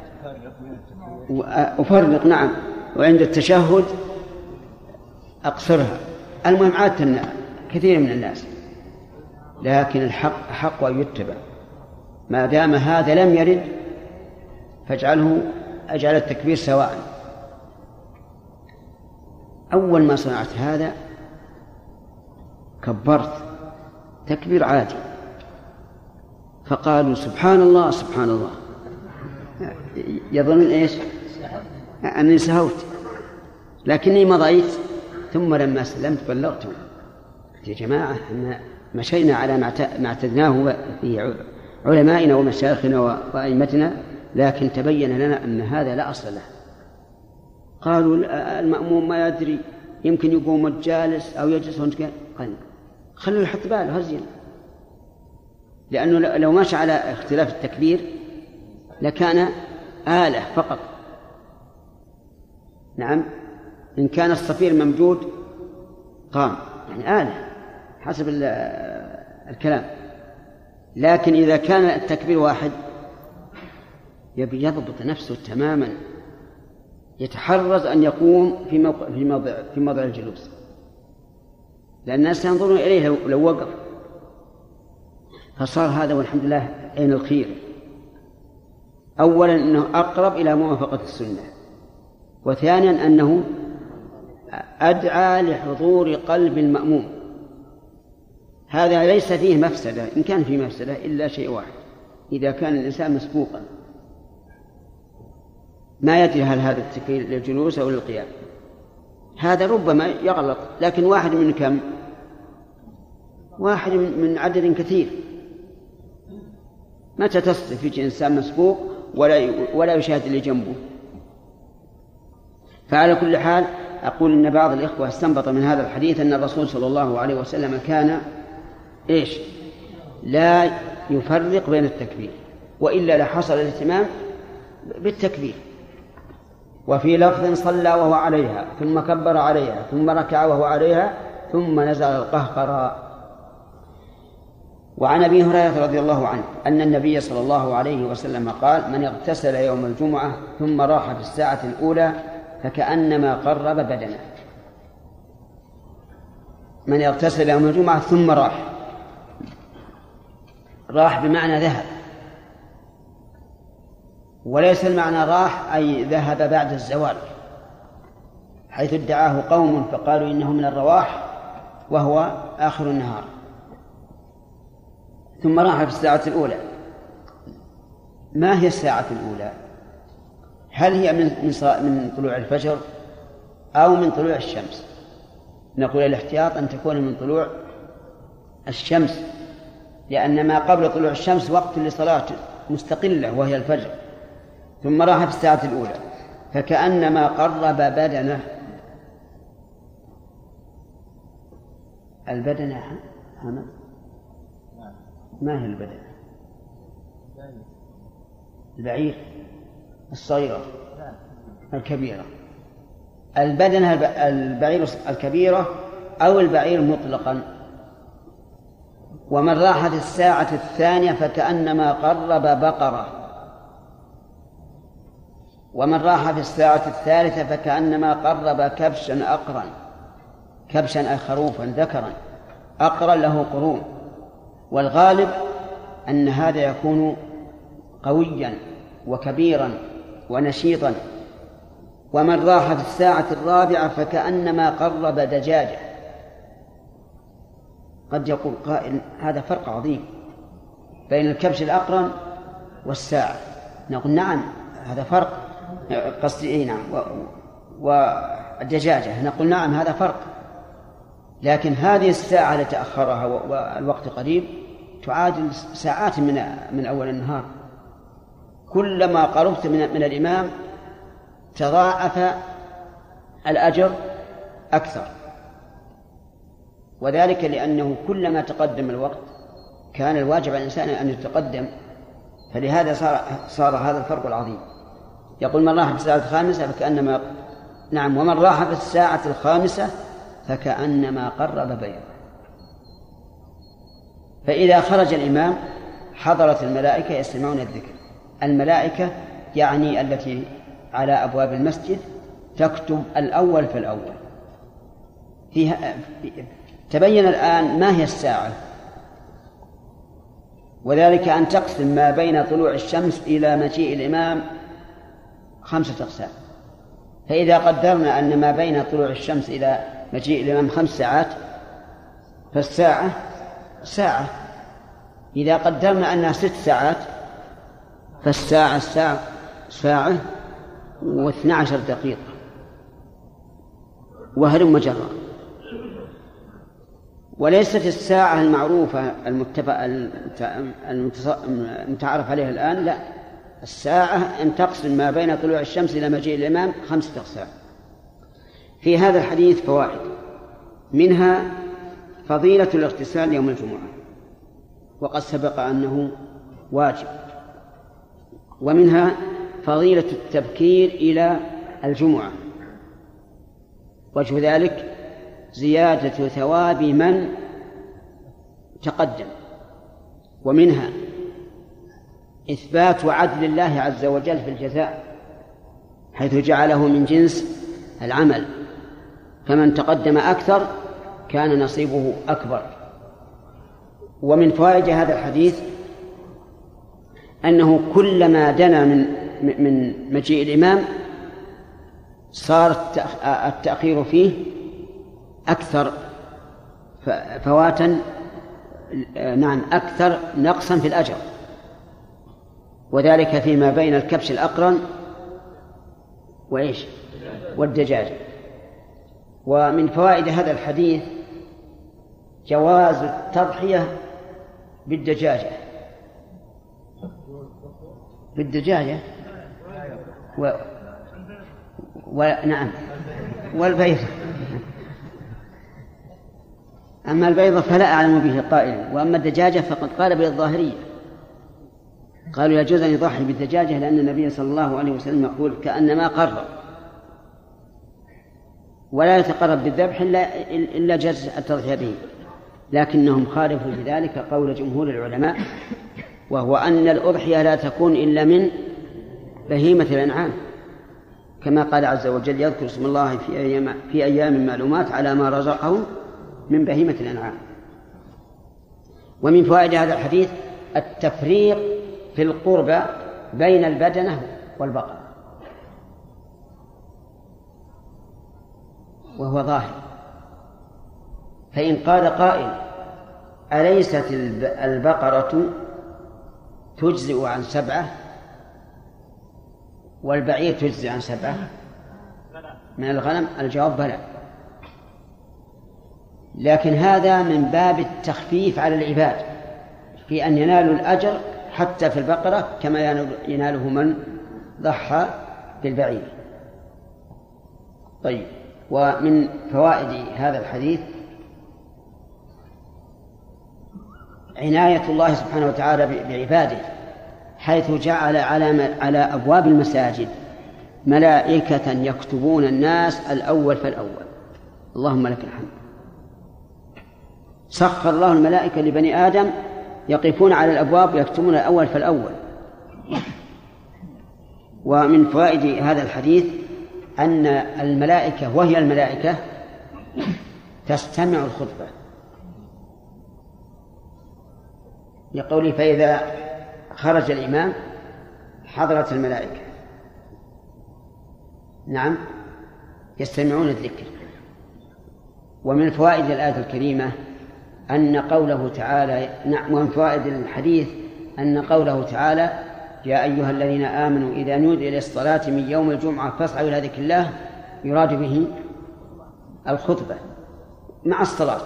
Speaker 9: أفرق، نعم، وعند التشهد أقصرها. المهم عادة كثير من الناس، لكن الحق حق أن يتبع. ما دام هذا لم يرد فاجعله أجعل التكبير سواء. أول ما صنعت هذا كبرت تكبير عادي، فقالوا سبحان الله سبحان الله، يظنون إيش؟ أني سهوت، لكني مضيت. ثم لما سلمت بلغتهم يا جماعة أن مشينا على ما اعتدناه في علمائنا ومشايخنا وأئمتنا، لكن تبين لنا أن هذا لا أصل له. قالوا المأموم ما يدري، يمكن يقوم الجالس أو يجلس. قال خلوا يحط باله هزين، لأنه لو ماشى على اختلاف التكبير لكان آلة فقط. نعم، إن كان الصفير ممدود قام، يعني آلة حسب الكلام. لكن إذا كان التكبير واحد يبي يضبط نفسه تماما، يتحرز أن يقوم في موقع في موضع في موضع الجلوس، لأن الناس ينظرون إليه لو, لو وقف. فصار هذا والحمد لله عين الخير. أولا أنه أقرب إلى موافقة السنة، وثانيا أنه أدعى لحضور قلب المأموم. هذا ليس فيه مفسدة، إن كان فيه مفسدة إلا شيء واحد، إذا كان الإنسان مسبوقا ما يدري هل هذا التكبير للجلوس أو للقيام، هذا ربما يغلط. لكن واحد من كم؟ واحد من عدد كثير. متى تصف يجي إنسان مسبوق ولا ولا يشاهد اللي جنبه؟ فعلى كل حال أقول إن بعض الإخوة استنبط من هذا الحديث أن الرسول صلى الله عليه وسلم كان إيش؟ لا يفرق بين التكبير، وإلا لحصل الاهتمام بالتكبير. وفي لفظ صلى وهو عليها ثم كبر عليها ثم ركع وهو عليها ثم نزل القهقرى. وعن أبي هريرة رضي الله عنه أن النبي صلى الله عليه وسلم قال: من اغتسل يوم الجمعة ثم راح في الساعة الأولى فكأنما قرب بدنه. من اغتسل يوم الجمعة ثم راح، راح بمعنى ذهب، وليس المعنى راح أي ذهب بعد الزوال، حيث ادعاه قوم فقالوا إنه من الرواح وهو آخر النهار. ثم راح في الساعة الأولى. ما هي الساعة الأولى؟ هل هي من من طلوع الفجر أو من طلوع الشمس؟ نقول الاحتياط أن تكون من طلوع الشمس، لأن ما قبل طلوع الشمس وقت لصلاة مستقلة وهي الفجر. ثم راح في الساعة الأولى فكأنما قرب بدنه. البدنة هنا ما هي البدنة؟ البعير الصغيرة الكبيرة. البدنة البعير الكبيرة أو البعير مطلقا. ومن راح في الساعة الثانية فكأنما قرب بقرة. ومن راح في الساعة الثالثة فكأنما قرب كبشا أقرا. كبشا أي خروفا ذكرا أقرا له قرون. والغالب أن هذا يكون قويا وكبيرا ونشيطا. ومن راح في الساعة الرابعة فكأنما قرب دجاجة. قد يقول قائل: هذا فرق عظيم بين الكبش الأقرن والساعة. نقول: نعم هذا فرق، قصدي إيه نعم، والدجاجة. نقول: نعم هذا فرق، لكن هذه الساعة التي تأخرها والوقت قريب تعادل ساعات من من أول النهار. كلما قربت من من الإمام تضاعف الأجر أكثر، وذلك لأنه كلما تقدم الوقت كان الواجب على الإنسان أن يتقدم، فلهذا صار صار هذا الفرق العظيم. يقول: من راح في الساعة الخامسة فكأنما نعم ومن راح في الساعة الخامسة فكأنما قرب بيضا. فإذا خرج الإمام حضرت الملائكة يستمعون الذكر. الملائكة يعني التي على أبواب المسجد تكتب الأول في الأول. فيها تبين الآن ما هي الساعة، وذلك أن تقسم ما بين طلوع الشمس إلى مجيء الإمام خمسة أقسام. فإذا قدرنا أن ما بين طلوع الشمس إلى مجيء الإمام خمس ساعات فالساعة ساعة. إذا قدرنا أنها ست ساعات فالساعة الساعة ساعة واثنى عشر دقيقة وهلم جرا. وليست الساعة المعروفة المتفق المتعارف عليها الآن، لا، الساعة أن تقسم ما بين طلوع الشمس إلى مجيء الإمام خمسة أقسام. في هذا الحديث فوائد، منها فضيلة الاغتسال يوم الجمعة، وقد سبق أنه واجب. ومنها فضيلة التبكير إلى الجمعة، وجه ذلك زيادة ثواب من تقدم. ومنها إثبات عدل الله عز وجل في الجزاء، حيث جعله من جنس العمل، فمن تقدم أكثر كان نصيبه أكبر. ومن فوائد هذا الحديث أنه كلما دنا من من مجيء الإمام صار التأخير فيه أكثر فواتا، نعم أكثر نقصا في الأجر، وذلك فيما بين الكبش الأقرن وإيش والدجاج. ومن فوائد هذا الحديث جواز التضحية بالدجاجة بالدجاجة و... ونعم والبيض. أما البيض فلا أعلم به قائلا، وأما الدجاجة فقد قال بالظاهرية، قالوا يجوز أن يضحي بالدجاجة لأن النبي صلى الله عليه وسلم يقول كأنما قرب.
Speaker 1: ولا يتقرب بالذبح إلا إلا جاز التضحية به، لكنهم خالفوا بذلك قول جمهور العلماء، وهو أن الأضحية لا تكون إلا من بهيمة الأنعام، كما قال عز وجل: يذكر اسم الله في أيام, في أيام معلومات على ما رزقهم من بهيمة الأنعام. ومن فوائد هذا الحديث التفريق في القربى بين البدنة والبقرة، وهو ظاهر. فإن قال قائل: أليست البقرة تجزئ عن سبعة والبعير تجزئ عن سبعة من الغنم؟ الجواب: بلى، لكن هذا من باب التخفيف على العباد في أن ينالوا الأجر حتى في البقرة كما يناله من ضحى بالبعير. طيب، ومن فوائد هذا الحديث عناية الله سبحانه وتعالى بعباده، حيث جعل على أبواب المساجد ملائكة يكتبون الناس الأول فالأول. اللهم لك الحمد. سخر الله الملائكة لبني آدم يقفون على الأبواب يكتبون الأول فالأول. ومن فوائد هذا الحديث أن الملائكة، وهي الملائكة، تستمع الخطبة، لقوله: فإذا خرج الإمام حضرت الملائكة. نعم، يستمعون الذكر. ومن فوائد الآية الكريمة أن قوله تعالى نعم ومن فوائد الحديث أن قوله تعالى: يا أيها الذين آمنوا إذا نودي إلى الصلاة من يوم الجمعة فاسعوا إلى ذكر الله، يراد به الخطبة مع الصلاة.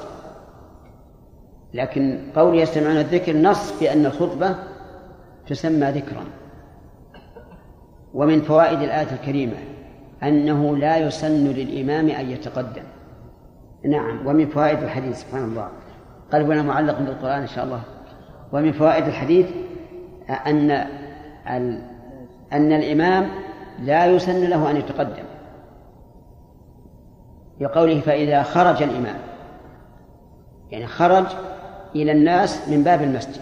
Speaker 1: لكن قول يستمعون الذكر نص بأن الخطبة تسمى ذكرا. ومن فوائد الآية الكريمة أنه لا يسن للإمام أن يتقدم. نعم، ومن فوائد الحديث سبحان الله، قلبنا معلق بالقرآن إن شاء الله. ومن فوائد الحديث أن أن الإمام لا يسن له أن يتقدم، لقوله: فإذا خرج الإمام، يعني خرج إلى الناس من باب المسجد.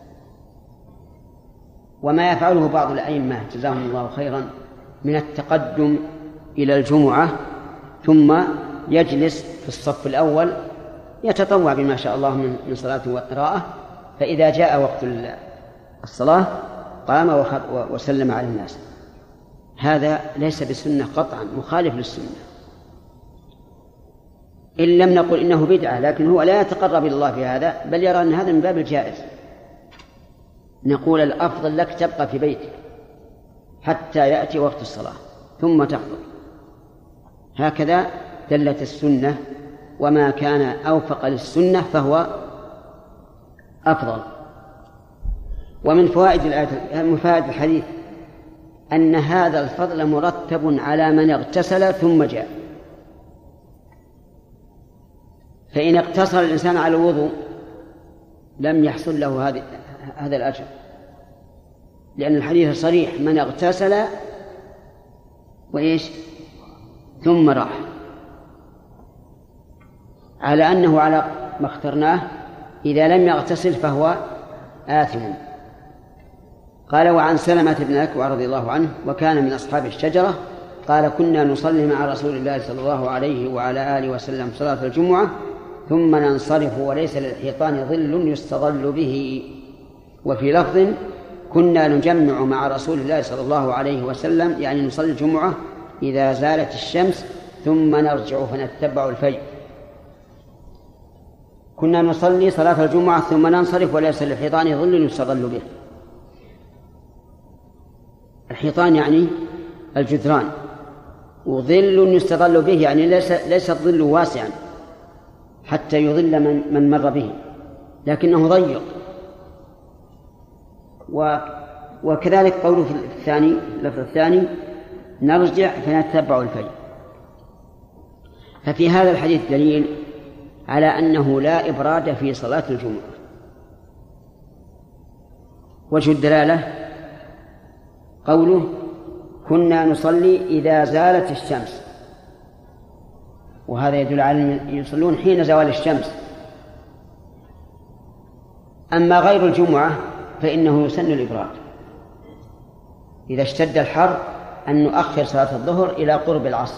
Speaker 1: وما يفعله بعض الأئمة جزاهم الله خيرا من التقدم إلى الجمعة ثم يجلس في الصف الأول يتطوع بما شاء الله من صلاة وقراءة، فإذا جاء وقت الصلاة قام وسلم على الناس. هذا ليس بسنة قطعا، مخالف للسنة، إن لم نقل إنه بدعة، لكن هو لا يتقرب إلى الله في هذا، بل يرى أن هذا من باب الجائز. نقول: الأفضل لك تبقى في بيتك حتى يأتي وقت الصلاة ثم تحضر. هكذا دلت السنة، وما كان أوفق للسنة فهو أفضل. ومن فوائد الآية من فوائد الحديث أن هذا الفضل مرتب على من اغتسل ثم جاء. فإن اقتصر الإنسان على الوضوء لم يحصل له هذا هذا الأجر، لأن الحديث صريح: من اغتسل وإيش ثم راح، على أنه على ما اخترناه إذا لم يغتسل فهو آثم. قال: وعن سلمة بن الأكوع رضي الله عنه وكان من أصحاب الشجرة قال: كنا نصلي مع رسول الله صلى الله عليه وعلى آله وسلم صلاة الجمعة ثم ننصرف وليس للحيطان ظل يستظل به. وفي لفظ: كنا نجمع مع رسول الله صلى الله عليه وسلم، يعني نصلي الجمعة إذا زالت الشمس ثم نرجع فنتبع الفجر. كنا نصلي صلاة الجمعة ثم ننصرف وليس للحيطان ظل يستظل به. الحيطان يعني الجدران، وظل يستظل به يعني ليس ليس الظل واسعا حتى يظل من, من مر به، لكنه ضيق. و وكذلك قوله في الثاني اللفظ الثاني: نرجع فنتبع الفجر. ففي هذا الحديث دليل على أنه لا إبراد في صلاة الجمعة. وجه الدلالة قوله: كنا نصلي إذا زالت الشمس، وهذا يدل على أن يصلون حين زوال الشمس. أما غير الجمعة فإنه يسن الإبراد إذا اشتد الحر أن نؤخر صلاة الظهر إلى قرب العصر.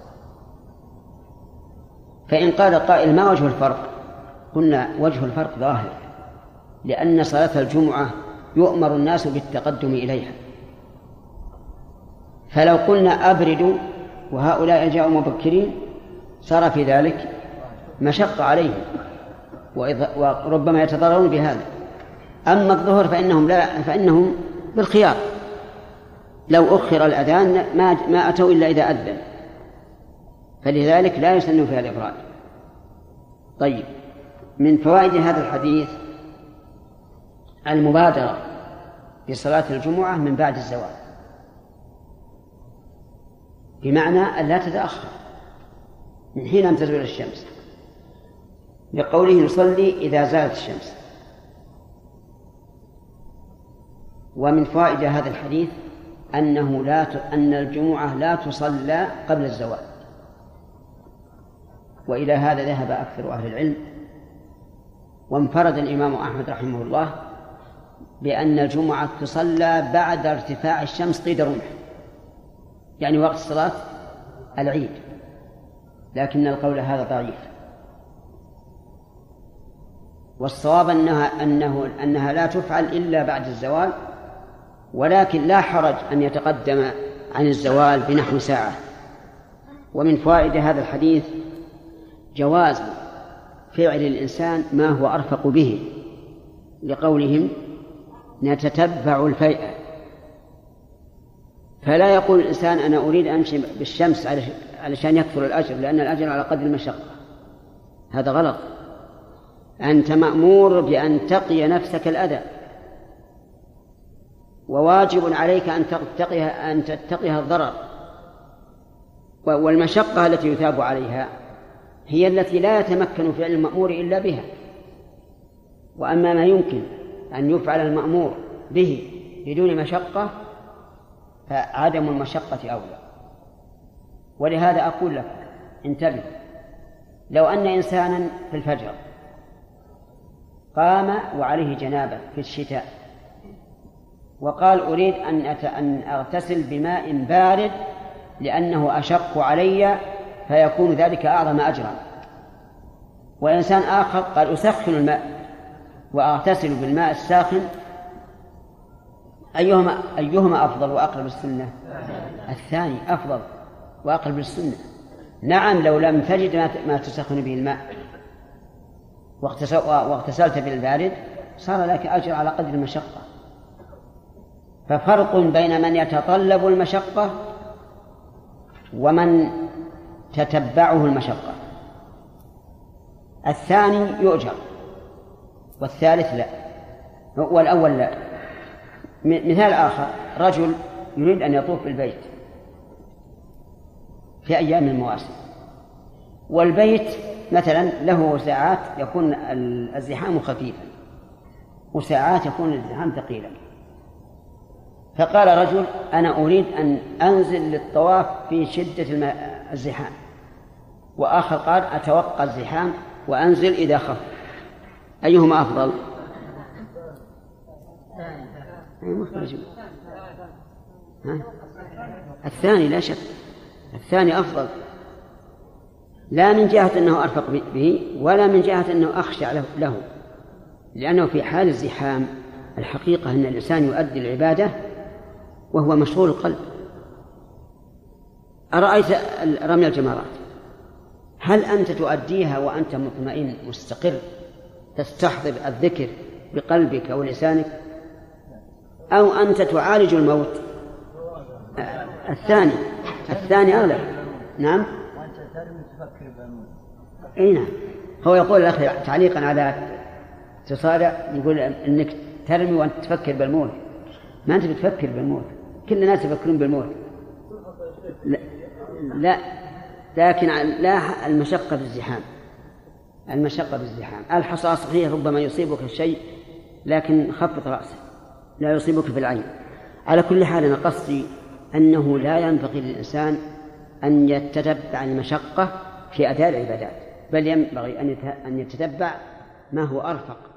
Speaker 1: فإن قال قائل ما وجه الفرق؟ قلنا وجه الفرق ظاهر، لأن صلاة الجمعة يؤمر الناس بالتقدم إليها، فلو قلنا أبردوا وهؤلاء جاءوا مبكرين صار في ذلك مشقة عليهم وربما يتضررون بهذا. أما الظهر فإنهم, لا فإنهم بالخيار، لو أخر الأذان ما, ما أتوا إلا إذا أذن، فلذلك لا يسن فيها الإفراد. طيب، من فوائد هذا الحديث المبادرة بصلاة الجمعة من بعد الزوال، بمعنى أن لا تتأخر من حين أن تزول الشمس، لقوله نصلي إذا زالت الشمس. ومن فوائد هذا الحديث أنه لا ت... أن الجمعة لا تصلى قبل الزوال، وإلى هذا ذهب أكثر أهل العلم، وانفرد الإمام أحمد رحمه الله بأن الجمعة تصلى بعد ارتفاع الشمس قيد رمح، يعني وقت صلاة العيد، لكن القول هذا ضعيف، والصواب أنها, أنه أنها لا تفعل إلا بعد الزوال، ولكن لا حرج أن يتقدم عن الزوال بنحو ساعة. ومن فوائد هذا الحديث جواز فعل الإنسان ما هو أرفق به، لقولهم نتتبع الفيئة، فلا يقول الإنسان أنا أريد أن أمشي بالشمس علشان يكثر الأجر، لأن الأجر على قدر المشقة، هذا غلط. أنت مأمور بأن تقي نفسك الأذى، وواجب عليك أن تتقيها أن تتقيها الضرر، والمشقة التي يثاب عليها هي التي لا يتمكن فعل المأمور إلا بها. وأما ما يمكن أن يفعل المأمور به بدون مشقة فعدم المشقة أولى. ولهذا أقول لك انتبه، لو أن إنسانا في الفجر قام وعليه جنابة في الشتاء وقال أريد أن أغتسل بماء بارد لأنه أشق علي فيكون ذلك أعظم أجرا، وإنسان آخر قال أسخن الماء وأغتسل بالماء الساخن، أيهما, أيهما أفضل وأقرب السنة؟ الثاني أفضل وأقرب السنة. نعم، لو لم تجد ما تسخن به الماء واغتسلت بالبارد صار لك أجر على قدر المشقة. ففرق بين من يتطلب المشقة ومن تتبعه المشقة، الثاني يؤجر والثالث لا، والأول لا. مثال آخر، رجل يريد أن يطوف بالبيت في أيام المواسم، والبيت مثلا له ساعات يكون الزحام خفيفا وساعات يكون الزحام ثقيلا، فقال رجل أنا أريد أن أنزل للطواف في شدة الزحام، وآخر قال أتوقع الزحام وأنزل إذا خف، أيهما أفضل؟ ها؟ الثاني لا شك، الثاني أفضل، لا من جهة أنه أرفق به ولا من جهة أنه أخشع له، لأنه في حال الزحام الحقيقة أن الإنسان يؤدي العبادة وهو مشغول القلب. أرأيت رمي الجمرات، هل أنت تؤديها وأنت مطمئن مستقر تستحضر الذكر بقلبك أو لسانك، أو أنت تعالج الموت؟ الثاني الثاني أغلب. نعم،
Speaker 10: وأنت ترمي تفكر بالموت.
Speaker 1: أي نعم، هو يقول الأخ تعليقا على تصارع، يقول أنك ترمي وأنت تفكر بالموت، ما أنت بتفكر بالموت، كل الناس يفكرون بالموت. لا, لا. لكن لا المشقة بالزحام، المشقة بالزحام. الحصى صحيح ربما يصيبك الشيء لكن خفض رأسك لا يصيبك في العين. على كل حال أنا قصدي أنه لا ينبغي للإنسان أن يتتبع المشقة في أداء العبادات، بل ينبغي أن يتتبع ما هو أرفق